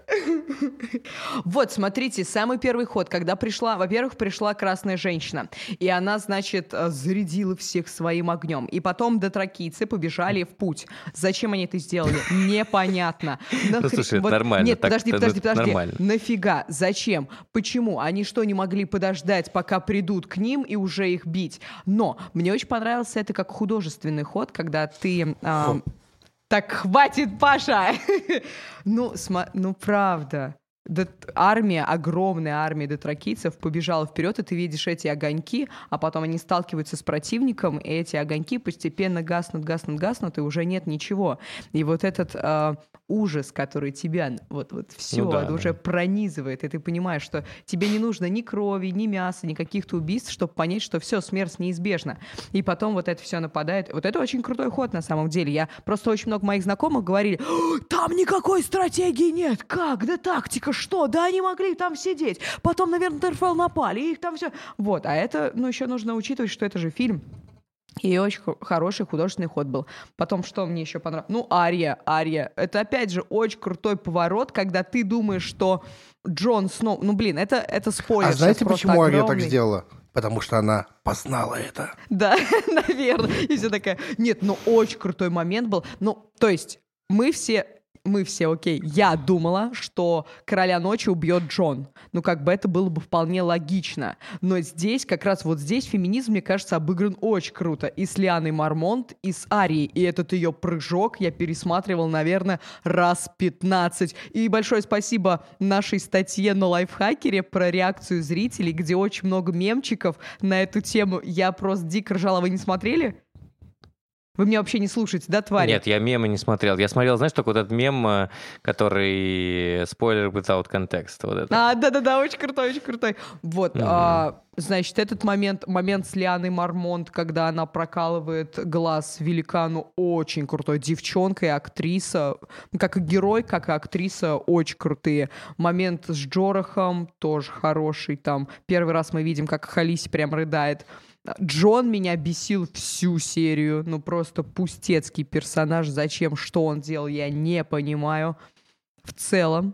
Вот, смотрите, самый первый ход, когда пришла, во-первых, пришла красная женщина, и она, значит, зарядила всех своим огнем, и потом дотракийцы побежали в путь. Зачем они это сделали? Непонятно. Ну, слушай, это нормально. Нет, подожди, подожди, подожди. Нормально. Нафига? Зачем? Почему? Они что, не могли подождать, пока придут к ним и уже их бить? Но мне очень понравился это как художественный ход, когда ты... А, так хватит, Паша! ну, сма- ну, правда. Дет- армия, огромная армия дотракийцев побежала вперед, и ты видишь эти огоньки, а потом они сталкиваются с противником, и эти огоньки постепенно гаснут, гаснут, гаснут, и уже нет ничего. И вот этот э, ужас, который тебя, вот, вот все, Ну да, это да. уже пронизывает, и ты понимаешь, что тебе не нужно ни крови, ни мяса, ни каких-то убийств, чтобы понять, что все, смерть неизбежна. И потом вот это все нападает. Вот это очень крутой ход на самом деле. Я просто очень много моих знакомых говорили: там никакой стратегии нет, как, да тактика, что, да они могли там сидеть, потом на Винтерфелл напали, и их там все... Вот, а это, ну, еще нужно учитывать, что это же фильм. И очень х- хороший художественный ход был. Потом, что мне еще понравилось? Ну, Ария, Ария. Это, опять же, очень крутой поворот, когда ты думаешь, что Джон Сноу... Ну, блин, это, это спойлер. А знаете, сейчас просто почему Ария так огромный. сделала? Потому что она познала это. Да, наверное. И все такая... Нет, ну, очень крутой момент был. Ну, то есть, мы все... Мы все, окей, я думала, что Короля Ночи убьет Джон. Ну, как бы это было бы вполне логично. Но здесь, как раз вот здесь феминизм, мне кажется, обыгран очень круто. И с Лианой Мармонт, и с Арией. И этот ее прыжок я пересматривал, наверное, раз пятнадцать. И большое спасибо нашей статье на Лайфхакере про реакцию зрителей, где очень много мемчиков на эту тему. Я просто дико ржала. Вы не смотрели? Вы меня вообще не слушаете, да, твари? Нет, я мемы не смотрел. Я смотрел, знаешь, только вот этот мем, э, который спойлер without context. Вот это. А, да-да-да, очень крутой, очень крутой. Вот, mm-hmm. а, значит, этот момент, момент с Лианой Мармонт, когда она прокалывает глаз великану, очень крутой. Девчонка и актриса, как и герой, как и актриса, очень крутые. Момент с Джорахом тоже хороший. Там первый раз мы видим, как Халиси прям рыдает. Джон меня бесил всю серию, ну просто пустецкий персонаж, зачем, что он делал, я не понимаю. В целом,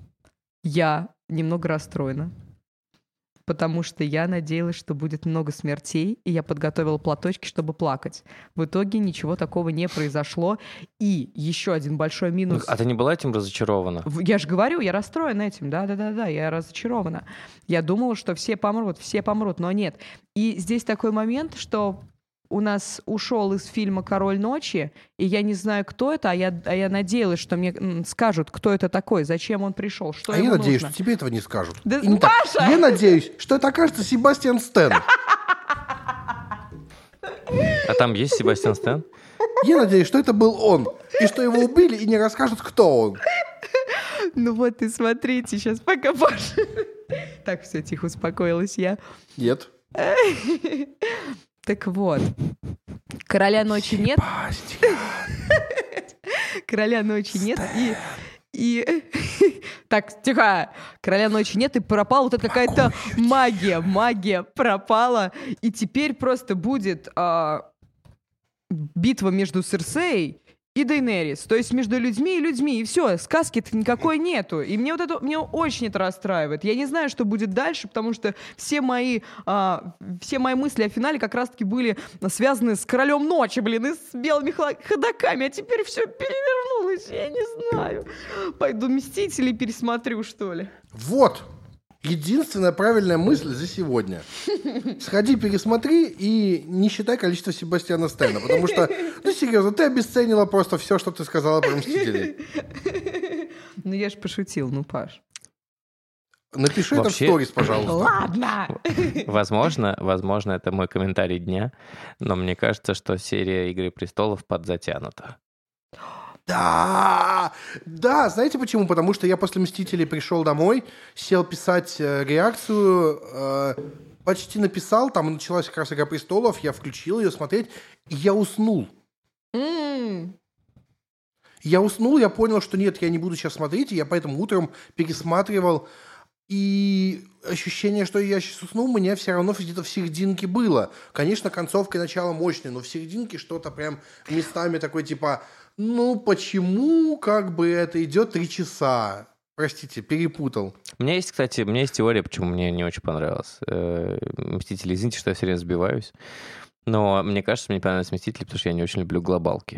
я немного расстроена, потому что я надеялась, что будет много смертей, и я подготовила платочки, чтобы плакать. В итоге ничего такого не произошло. И еще один большой минус... А ты не была этим разочарована? Я же говорю, я расстроена этим, да-да-да, я разочарована. Я думала, что все помрут, все помрут, но нет. И здесь такой момент, что у нас ушел из фильма «Король ночи», и я не знаю, кто это, а я, а я надеялась, что мне м, скажут, кто это такой, зачем он пришел, что а ему я надеюсь, нужно. что тебе этого не скажут. Да, И не так. Паша! Я надеюсь, что это окажется Себастьян Стэн. А там есть Себастьян Стэн? Я надеюсь, что это был он, и что его убили, и не расскажут, кто он. Ну вот и смотрите, сейчас пока Паша... Так, все, тихо, успокоилась я. Нет. Так вот, «Короля ночи» нет. «Короля ночи» нет. И, и... Так, тихо. «Короля ночи» нет, и пропала вот эта какая-то магия. Магия пропала. И теперь просто будет а, битва между Серсеей и Дейнерис. То есть между людьми и людьми. И все, сказки-то никакой нету. И мне вот это, меня очень это расстраивает. Я не знаю, что будет дальше, потому что все мои, а, все мои мысли о финале как раз-таки были связаны с Королем ночи, блин, и с белыми ходоками. А теперь все перевернулось. Я не знаю. Пойду «Мстителей» пересмотрю, что ли. Вот. Единственная правильная мысль за сегодня. Сходи, пересмотри и не считай количество Себастьяна Стэна, потому что, ну серьезно, ты обесценила просто все, что ты сказала про «Мстителей». Ну я ж пошутил, ну, Паш. Напиши Вообще- это в сторис, пожалуйста. Ладно. Возможно, возможно, это мой комментарий дня, но мне кажется, что серия «Игры престолов» подзатянута. Да, да, знаете почему? Потому что я после «Мстителей» пришел домой, сел писать э, реакцию, э, почти написал, там началась как раз «Игра престолов», я включил ее смотреть, и я уснул. М. Я уснул, я понял, что нет, я не буду сейчас смотреть, и я поэтому утром пересматривал, и ощущение, что я сейчас усну, у меня все равно где-то в серединке было. Конечно, концовка и начало мощные, но в серединке что-то прям местами такое типа... Ну, почему как бы это идет три часа? Простите, перепутал. У меня есть, кстати, у меня есть теория, почему мне не очень понравилось э, «Мстители». Извините, что я все время сбиваюсь. Но мне кажется, мне понравились «Мстители», потому что я не очень люблю глобалки.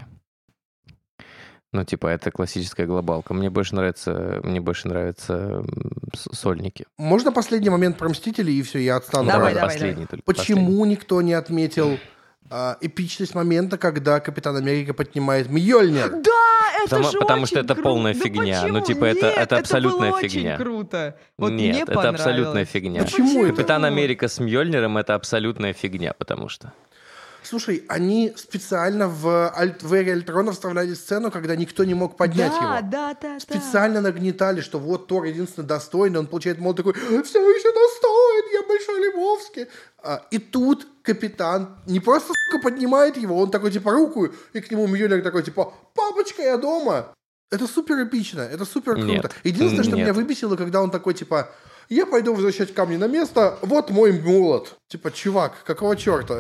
Ну, типа, это классическая глобалка. Мне больше нравится, мне больше нравятся сольники. Можно последний момент про «Мстителей», и все, я отстану. Давай, Правда. давай, последний давай. только. Почему последний. никто не отметил а, эпичность момента, когда Капитан Америка поднимает Мьёльнир? Да, это Потому- же потому очень что это круто. полная Да фигня. почему? Ну, типа, это- Нет, это абсолютная было фигня. очень круто. Вот Нет, мне это абсолютная понравилось. фигня. Почему это? Капитан Америка с Мьёльниром — это абсолютная фигня, потому что... Слушай, они специально в, Аль- в Эре Альтрона вставляли сцену, когда никто не мог поднять да, его. Да, да, да. Специально нагнетали, что вот Тор единственно достойный, он получает молот такой, все еще достоин, я Большой Лебовский. А, и тут капитан не просто, сука, поднимает его, он такой, типа, руку, и к нему Мьёльнир такой, типа, папочка, я дома. Это супер эпично, это супер круто. Нет. Единственное, что Нет. меня выбесило, когда он такой, типа, я пойду возвращать камни на место, вот мой молот. Типа, чувак, какого черта?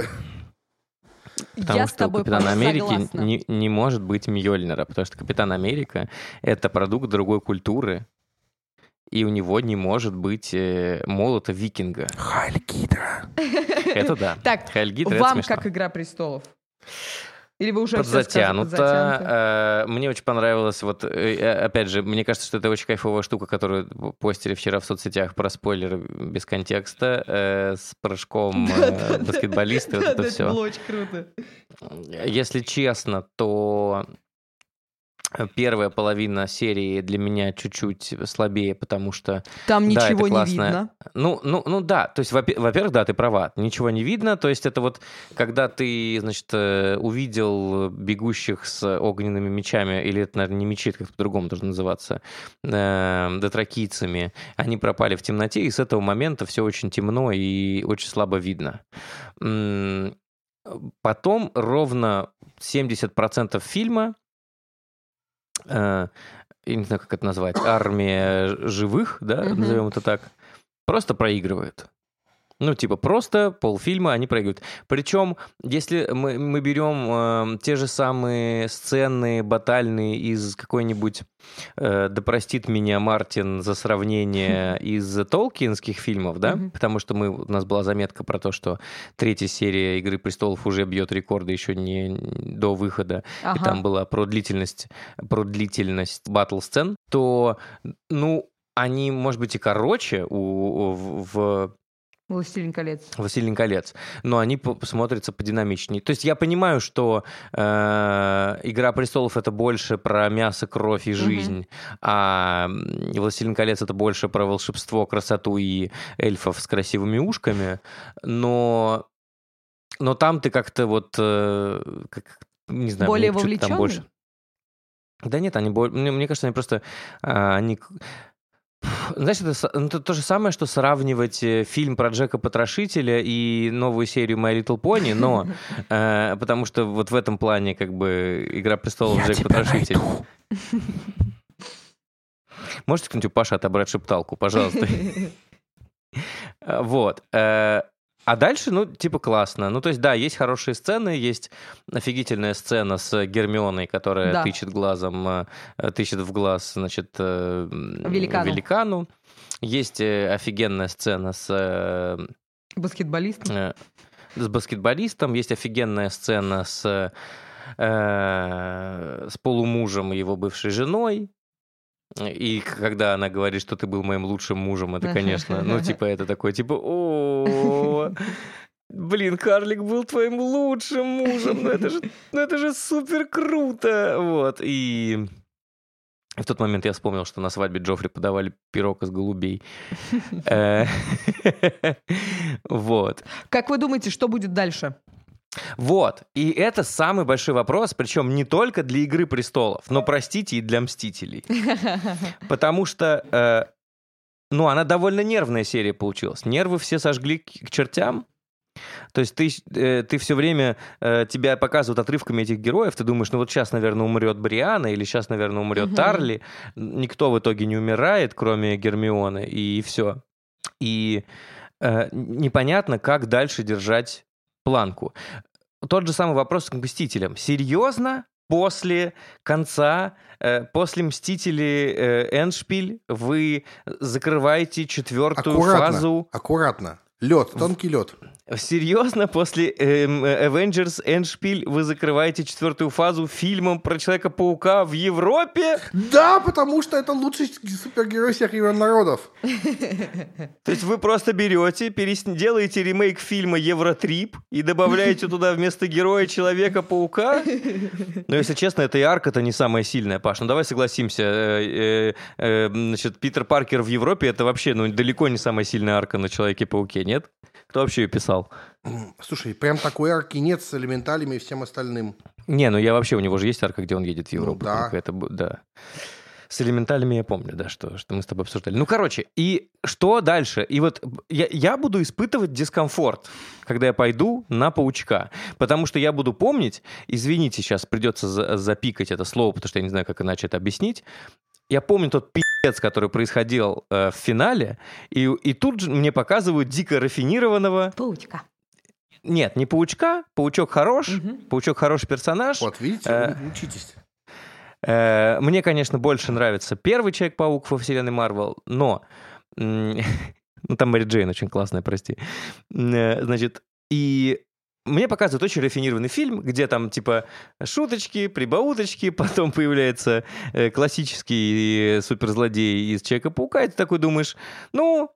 Потому Я что с тобой у Капитана Америки согласна. не, не может быть Мьёльнира, потому что Капитан Америка — это продукт другой культуры, и у него не может быть э, молота викинга. Хайль Гидра. Это да. Так, Хайль Гидра — это вам смешно. как «Игра престолов»? Или вы уже всё сказали? Подзатянуто. Подзатянуто? Э, Мне очень понравилось, вот, э, опять же, мне кажется, что это очень кайфовая штука, которую постили вчера в соцсетях про спойлеры без контекста, э, с прыжком э, баскетболиста, вот Да, это да, все. было очень круто. Если честно, то первая половина серии для меня чуть-чуть слабее, потому что... Там Да, ничего это не классно. видно. Ну, ну, ну да, то есть, во- во-первых, да, ты права, ничего не видно, то есть это вот, когда ты, значит, э, увидел бегущих с огненными мечами, или это, наверное, не мечи, это как-то по-другому должно называться, э, дотракийцами, они пропали в темноте, и с этого момента все очень темно и очень слабо видно. М, Потом ровно семьдесят процентов фильма, э, я не знаю, как это назвать, армия живых, да, Мгм. назовем это так, просто проигрывает. Ну, типа, просто полфильма они проигрывают. Причем, если мы, мы берем э, те же самые сцены батальные из какой-нибудь э, «Да простит меня Мартин» за сравнение из толкинских фильмов, да, Мгм. потому что мы, у нас была заметка про то, что третья серия «Игры престолов» уже бьет рекорды еще не до выхода, и Ага. там была про длительность, про длительность батл-сцен, то, ну, они, может быть, и короче у, в, в «Властелин колец». «Властелин колец», но они по- смотрятся подинамичнее. То есть я понимаю, что э, «Игра престолов» — это больше про мясо, кровь и жизнь, а м, «Властелин колец» — это больше про волшебство, красоту и эльфов с красивыми ушками, но, но там ты как-то вот, э, как, не знаю, Более мне почему-то там вовлеченный? больше... Да нет, они бо- мне, мне кажется, они просто... а, они... Знаешь, это, с- ну, это то же самое, что сравнивать э, фильм про Джека Потрошителя и новую серию My Little Pony, но э, потому что вот в этом плане как бы «Игра престолов» Джек Потрошитель. Можете кто-нибудь у Паши отобрать шепталку, пожалуйста? Э, Вот. э, А дальше, ну, типа, классно. Ну, то есть, да, есть хорошие сцены, есть офигительная сцена с Гермионой, которая Да. тычет глазом, э, тычет в глаз, значит, э, м, Великану. великану. Есть э, офигенная сцена с, э, Баскетболист. э, с баскетболистом, есть офигенная сцена с, э, с полумужем и его бывшей женой. И когда она говорит, что ты был моим лучшим мужем, это, конечно, ну, типа, это такой, типа, о, блин, карлик был твоим лучшим мужем, ну это же, ну это же супер круто, вот, и в тот момент я вспомнил, что на свадьбе Джоффри подавали пирог из голубей. Э, Вот. Как вы думаете, что будет дальше? Вот, и это самый большой вопрос, причем не только для «Игры престолов», но, простите, и для «Мстителей». Потому что, э, ну, она довольно нервная серия получилась. Нервы все сожгли к, к чертям. То есть ты, э, ты все время, э, тебя показывают отрывками этих героев, ты думаешь, ну вот сейчас, наверное, умрет Бриана, или сейчас, наверное, умрет Мгм. Тарли. Никто в итоге не умирает, кроме Гермионы, и все. И э, непонятно, как дальше держать планку. Тот же самый вопрос к «Мстителям». Серьезно? после конца, э, после «Мстителей» э, Эндшпиль вы закрываете четвертую Аккуратно, фазу. аккуратно. Лед, тонкий лед. Серьезно, после эм, Avengers Эндшпиль вы закрываете четвертую фазу фильмом про Человека-паука в Европе? Да, потому что это лучший супергерой всех времен народов. То есть вы просто берете, перес... делаете ремейк фильма «Евротрип» и добавляете туда вместо героя Человека-паука? Но, если честно, эта и арка-то не самая сильная, Паш. Ну, давай согласимся. Э, э, э, значит, Питер Паркер в Европе — это вообще ну, далеко не самая сильная арка на Человеке-пауке, нет? Кто вообще ее писал? Слушай, прям такой арки нет с элементалями и всем остальным. Не, ну я вообще, у него же есть арка, где он едет в Европу. Ну, да. Это, да. С элементалями я помню, да, что, что мы с тобой обсуждали. Ну, короче, и что дальше? И вот я, я буду испытывать дискомфорт, когда я пойду на паучка. Потому что я буду помнить, извините, сейчас придется за, запикать это слово, потому что я не знаю, как иначе это объяснить. Я помню тот пи***ц, который происходил э, в финале, и, и тут же мне показывают дико рафинированного... Паучка. Нет, не паучка, паучок хорош, угу. Паучок хороший персонаж. Вот, видите, э, вы учитесь. Э, мне, конечно, больше нравится первый Человек-паук во вселенной Марвел, но... Ну, там Мэри Джейн очень классная, прости. Э, значит, и... Мне показывают очень рафинированный фильм, где там типа шуточки, прибауточки, потом появляется э, классический суперзлодей из Человека-паука, и ты такой думаешь, ну,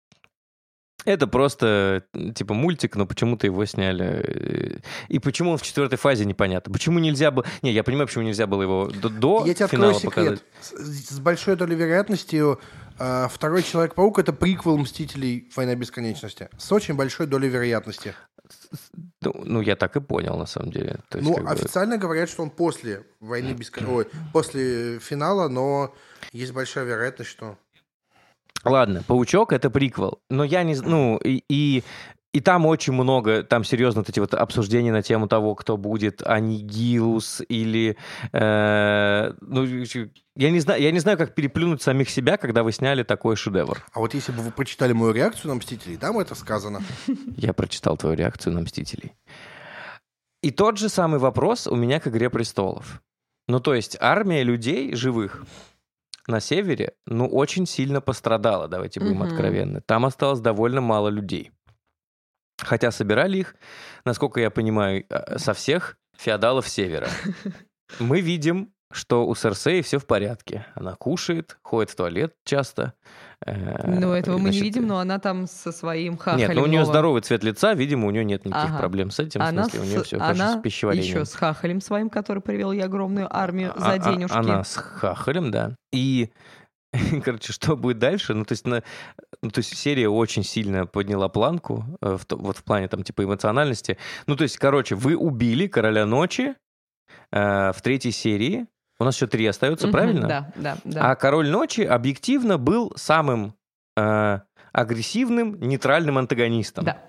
это просто типа мультик, но почему-то его сняли. И почему он в четвертой фазе, непонятно. Почему нельзя было... Не, я понимаю, почему нельзя было его до, до я тебе финала открою секрет. показать. С, с большой долей вероятностью э, второй Человек-паук — это приквел «Мстителей. Война бесконечности». С очень большой долей вероятности. Ну, ну, я так и понял, на самом деле. То есть, ну, как официально бы... говорят, что он после «Войны бесконечности», ой, после финала, но есть большая вероятность, что... Ладно, «Паучок» — это приквел, но я не... Ну, и, и, и там очень много, там серьезно вот эти вот обсуждения на тему того, кто будет Анигилус или... Э, ну, я не знаю, я не знаю, как переплюнуть самих себя, когда вы сняли такой шедевр. А вот если бы вы прочитали мою реакцию на «Мстителей», там это сказано. Я прочитал твою реакцию на «Мстителей». И тот же самый вопрос у меня к «Игре престолов». Ну, то есть армия людей живых на севере, ну, очень сильно пострадала, давайте будем mm-hmm. откровенны. Там осталось довольно мало людей. Хотя собирали их, насколько я понимаю, со всех феодалов севера. Мы видим, что у Серсеи все в порядке. Она кушает, ходит в туалет часто. Ну, этого мы Значит, не видим, но она там со своим хахалем. Нет, ну у нее здоровый цвет лица, видимо, у нее нет никаких ага. проблем с этим. Она в смысле, у нее с... все она хорошо с пищеварением. Еще с хахалем своим, который привел ей огромную армию за а, денежки. Она с хахалем, да. И, короче, что будет дальше? Ну, то есть, на... ну, то есть серия очень сильно подняла планку, э, в, вот в плане там типа эмоциональности. Ну, то есть, короче, вы убили Короля Ночи э, в третьей серии. У нас еще три остается, mm-hmm, правильно? Да, да, да. А Король Ночи объективно был самым э, агрессивным, нейтральным антагонистом. Да.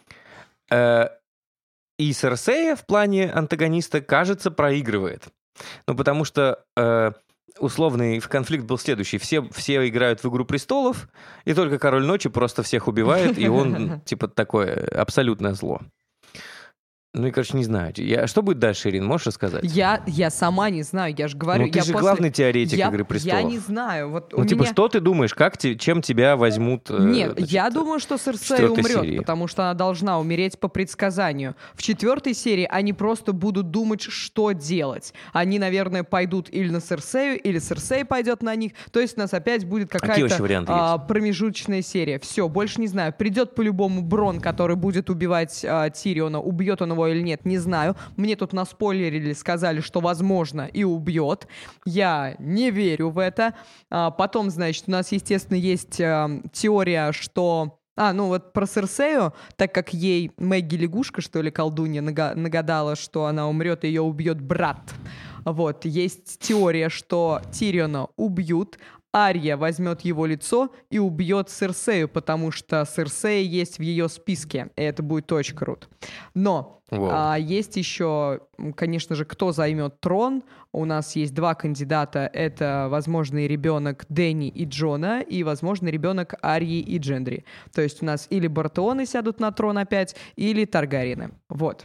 Э, и Серсея в плане антагониста, кажется, проигрывает. Ну, потому что э, условный конфликт был следующий. Все, все играют в «Игру престолов», и только Король Ночи просто всех убивает, и он, типа, такое абсолютное зло. Ну и, короче, не знаю. Я... Что будет дальше, Ирина, можешь рассказать? Я, я сама не знаю, я же говорю... Ну ты я же после... главный теоретик я, «Игры престолов». Я не знаю. Вот ну у типа, меня... что ты думаешь, как те... чем тебя возьмут? Нет, значит, я думаю, что Серсея умрет, серии. потому что она должна умереть по предсказанию. В четвертой серии они просто будут думать, что делать. Они, наверное, пойдут или на Серсею, или Серсея пойдет на них. То есть у нас опять будет какая-то а, промежуточная серия. Все, больше не знаю. Придет по-любому Брон, который будет убивать а, Тириона. Убьет он его или нет, не знаю. Мне тут наспойлерили, сказали, что возможно и убьет. Я не верю в это. А, потом, значит, у нас, естественно, есть а, теория, что... А, ну вот про Серсею, так как ей Мэгги Лягушка, что ли, колдунья, нагадала, что она умрет, и ее убьет брат. Вот, есть теория, что Тириона убьют, Арья возьмет его лицо и убьет Серсею, потому что Серсея есть в ее списке, и это будет очень круто. Но а, есть еще, конечно же, кто займет трон. У нас есть два кандидата. Это возможный ребенок Дэнни и Джона и возможный ребенок Арьи и Джендри. То есть у нас или Бартеоны сядут на трон опять, или Таргариены. Вот.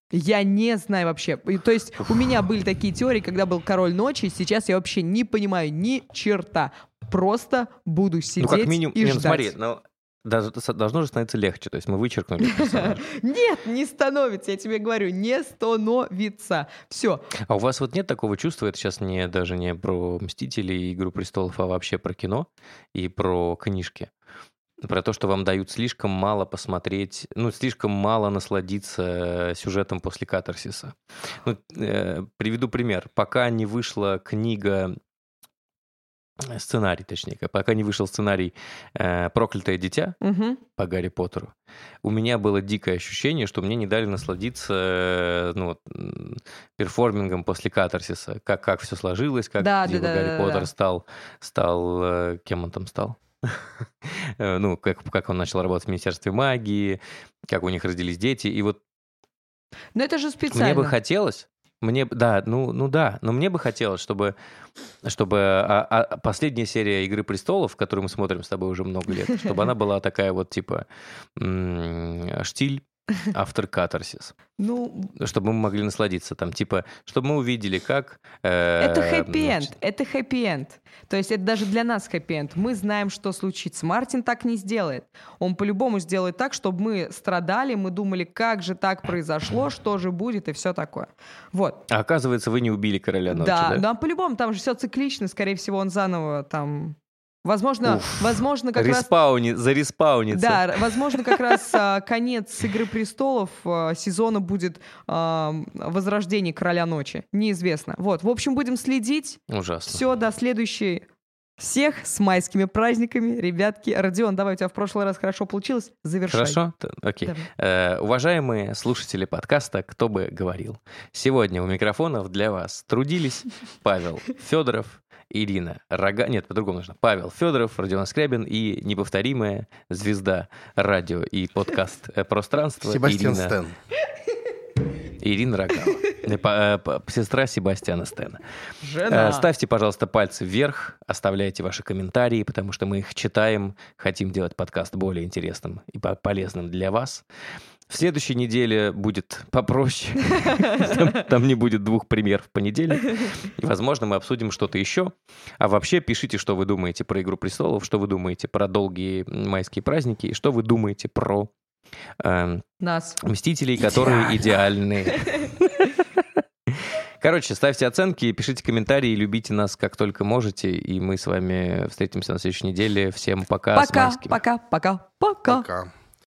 Я не знаю вообще. То есть у меня были такие теории, когда был Король ночи, сейчас я вообще не понимаю ни черта. Просто буду сидеть ну, как минимум, и не, ждать. ну, смотри, ну, даже, должно же становиться легче, то есть мы вычеркнули персонажа. Нет, не становится, я тебе говорю, не становится. Все. А у вас вот нет такого чувства, это сейчас не, даже не про «Мстителей» и «Игру престолов», а вообще про кино и про книжки? Про то, что вам дают слишком мало посмотреть, ну, слишком мало насладиться сюжетом после катарсиса. Ну, э, приведу пример. Пока не вышла книга, сценарий, точнее, пока не вышел сценарий э, «Проклятое дитя» Угу. по Гарри Поттеру, у меня было дикое ощущение, что мне не дали насладиться э, ну, вот, перформингом после катарсиса, как, как все сложилось, как Да, Дива да, да, Гарри да, Поттер да. стал, стал э, кем он там стал? Ну, как, как он начал работать в Министерстве магии, как у них родились дети. И вот Но это же мне специально. бы хотелось, мне, б- да, ну, ну да, но мне бы хотелось, чтобы, чтобы а- а последняя серия «Игры престолов», которую мы смотрим с тобой уже много лет, чтобы она была такая вот типа м, штиль, автор катарсис. Ну, Чтобы мы могли насладиться там, типа, чтобы мы увидели, как... э, это хэппи-энд, значит, это хэппи-энд. То есть это даже для нас хэппи-энд. Мы знаем, что случится. Мартин так не сделает. Он по-любому сделает так, чтобы мы страдали, мы думали, как же так произошло, что же будет и все такое. Вот. А оказывается, вы не убили короля ночи, Да, да? ну а по-любому там же все циклично, скорее всего, он заново там... Возможно, Уф. возможно, как раз... Респауни, зареспаунится. Да, возможно, как раз а, конец «Игры престолов» а, сезона будет а, возрождение Короля ночи. Неизвестно. Вот, в общем, будем следить. Ужасно. Все, до следующей. Всех с майскими праздниками, ребятки. Родион, давай, у тебя в прошлый раз хорошо получилось. Завершай. Хорошо? Т- Окей. Давай. Э, уважаемые слушатели подкаста «Кто бы говорил». Сегодня у микрофонов для вас трудились Павел Федоров, Ирина Рога... Нет, по-другому нужно. Павел Федоров, Родион Скрябин и неповторимая звезда радио и подкаст э, пространства Себастьян Ирина... Стэн. Ирина Рогава. Э, по- э, по- Сестра Себастьяна Стэна. Жена. Э, Ставьте, пожалуйста, пальцы вверх, оставляйте ваши комментарии, потому что мы их читаем, хотим делать подкаст более интересным и по- полезным для вас. В следующей неделе будет попроще. Там, там не будет двух премьер в понедельник. И, возможно, мы обсудим что-то еще. А вообще пишите, что вы думаете про «Игру престолов», что вы думаете про долгие майские праздники, и что вы думаете про эм, Нас. «Мстителей», которые идеальные. Короче, ставьте оценки, пишите комментарии, любите нас как только можете, и мы с вами встретимся на следующей неделе. Всем пока. с Пока, майским. пока, пока, пока. Пока.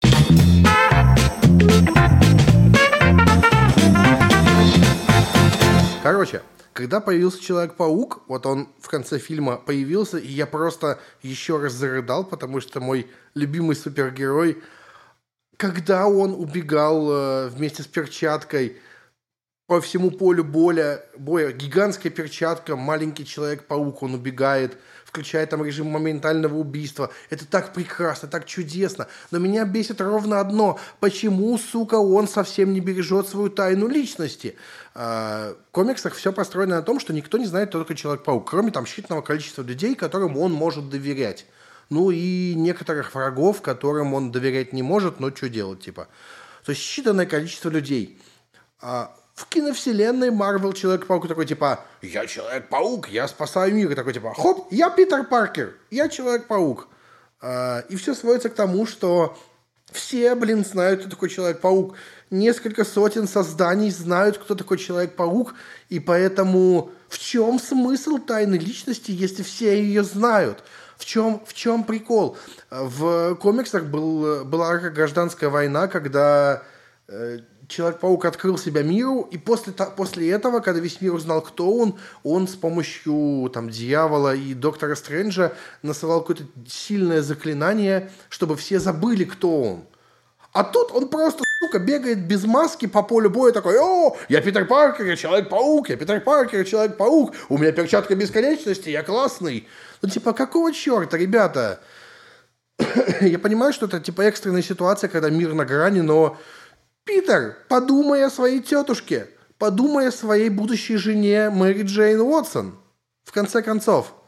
Короче, когда появился Человек-паук, вот он в конце фильма появился, и я просто еще раз зарыдал, потому что мой любимый супергерой, когда он убегал э, вместе с перчаткой по всему полю боя, боя, гигантская перчатка, маленький Человек-паук, он убегает, включает там режим моментального убийства. Это так прекрасно, так чудесно. Но меня бесит ровно одно. Почему, сука, он совсем не бережет свою тайну личности? А, в комиксах все построено на том, что никто не знает, кто такой Человек-паук, кроме там считанного количества людей, которым он может доверять. Ну и некоторых врагов, которым он доверять не может, но что делать, типа. То есть считанное количество людей. А в киновселенной Марвел Человек-паук такой, типа, я Человек-паук, я спасаю мир. И такой, типа, хоп, я Питер Паркер, я Человек-паук. А, и все сводится к тому, что все, блин, знают, кто такой Человек-паук. Несколько сотен созданий знают, кто такой Человек-паук. И поэтому в чем смысл тайны личности, если все ее знают? В чем, в чем прикол? В комиксах был, была гражданская война, когда э, Человек-паук открыл себя миру, и после, после этого, когда весь мир узнал, кто он, он с помощью там, дьявола и доктора Стрэнджа насылал какое-то сильное заклинание, чтобы все забыли, кто он. А тут он просто, сука, бегает без маски по полю боя такой: о, я Питер Паркер, я Человек-паук, я Питер Паркер, я Человек-паук, у меня перчатка бесконечности, я классный. Ну, типа, какого черта, ребята? Я понимаю, что это, типа, экстренная ситуация, когда мир на грани, но... Питер, подумай о своей тетушке. Подумай о своей будущей жене Мэри Джейн Уотсон. В конце концов.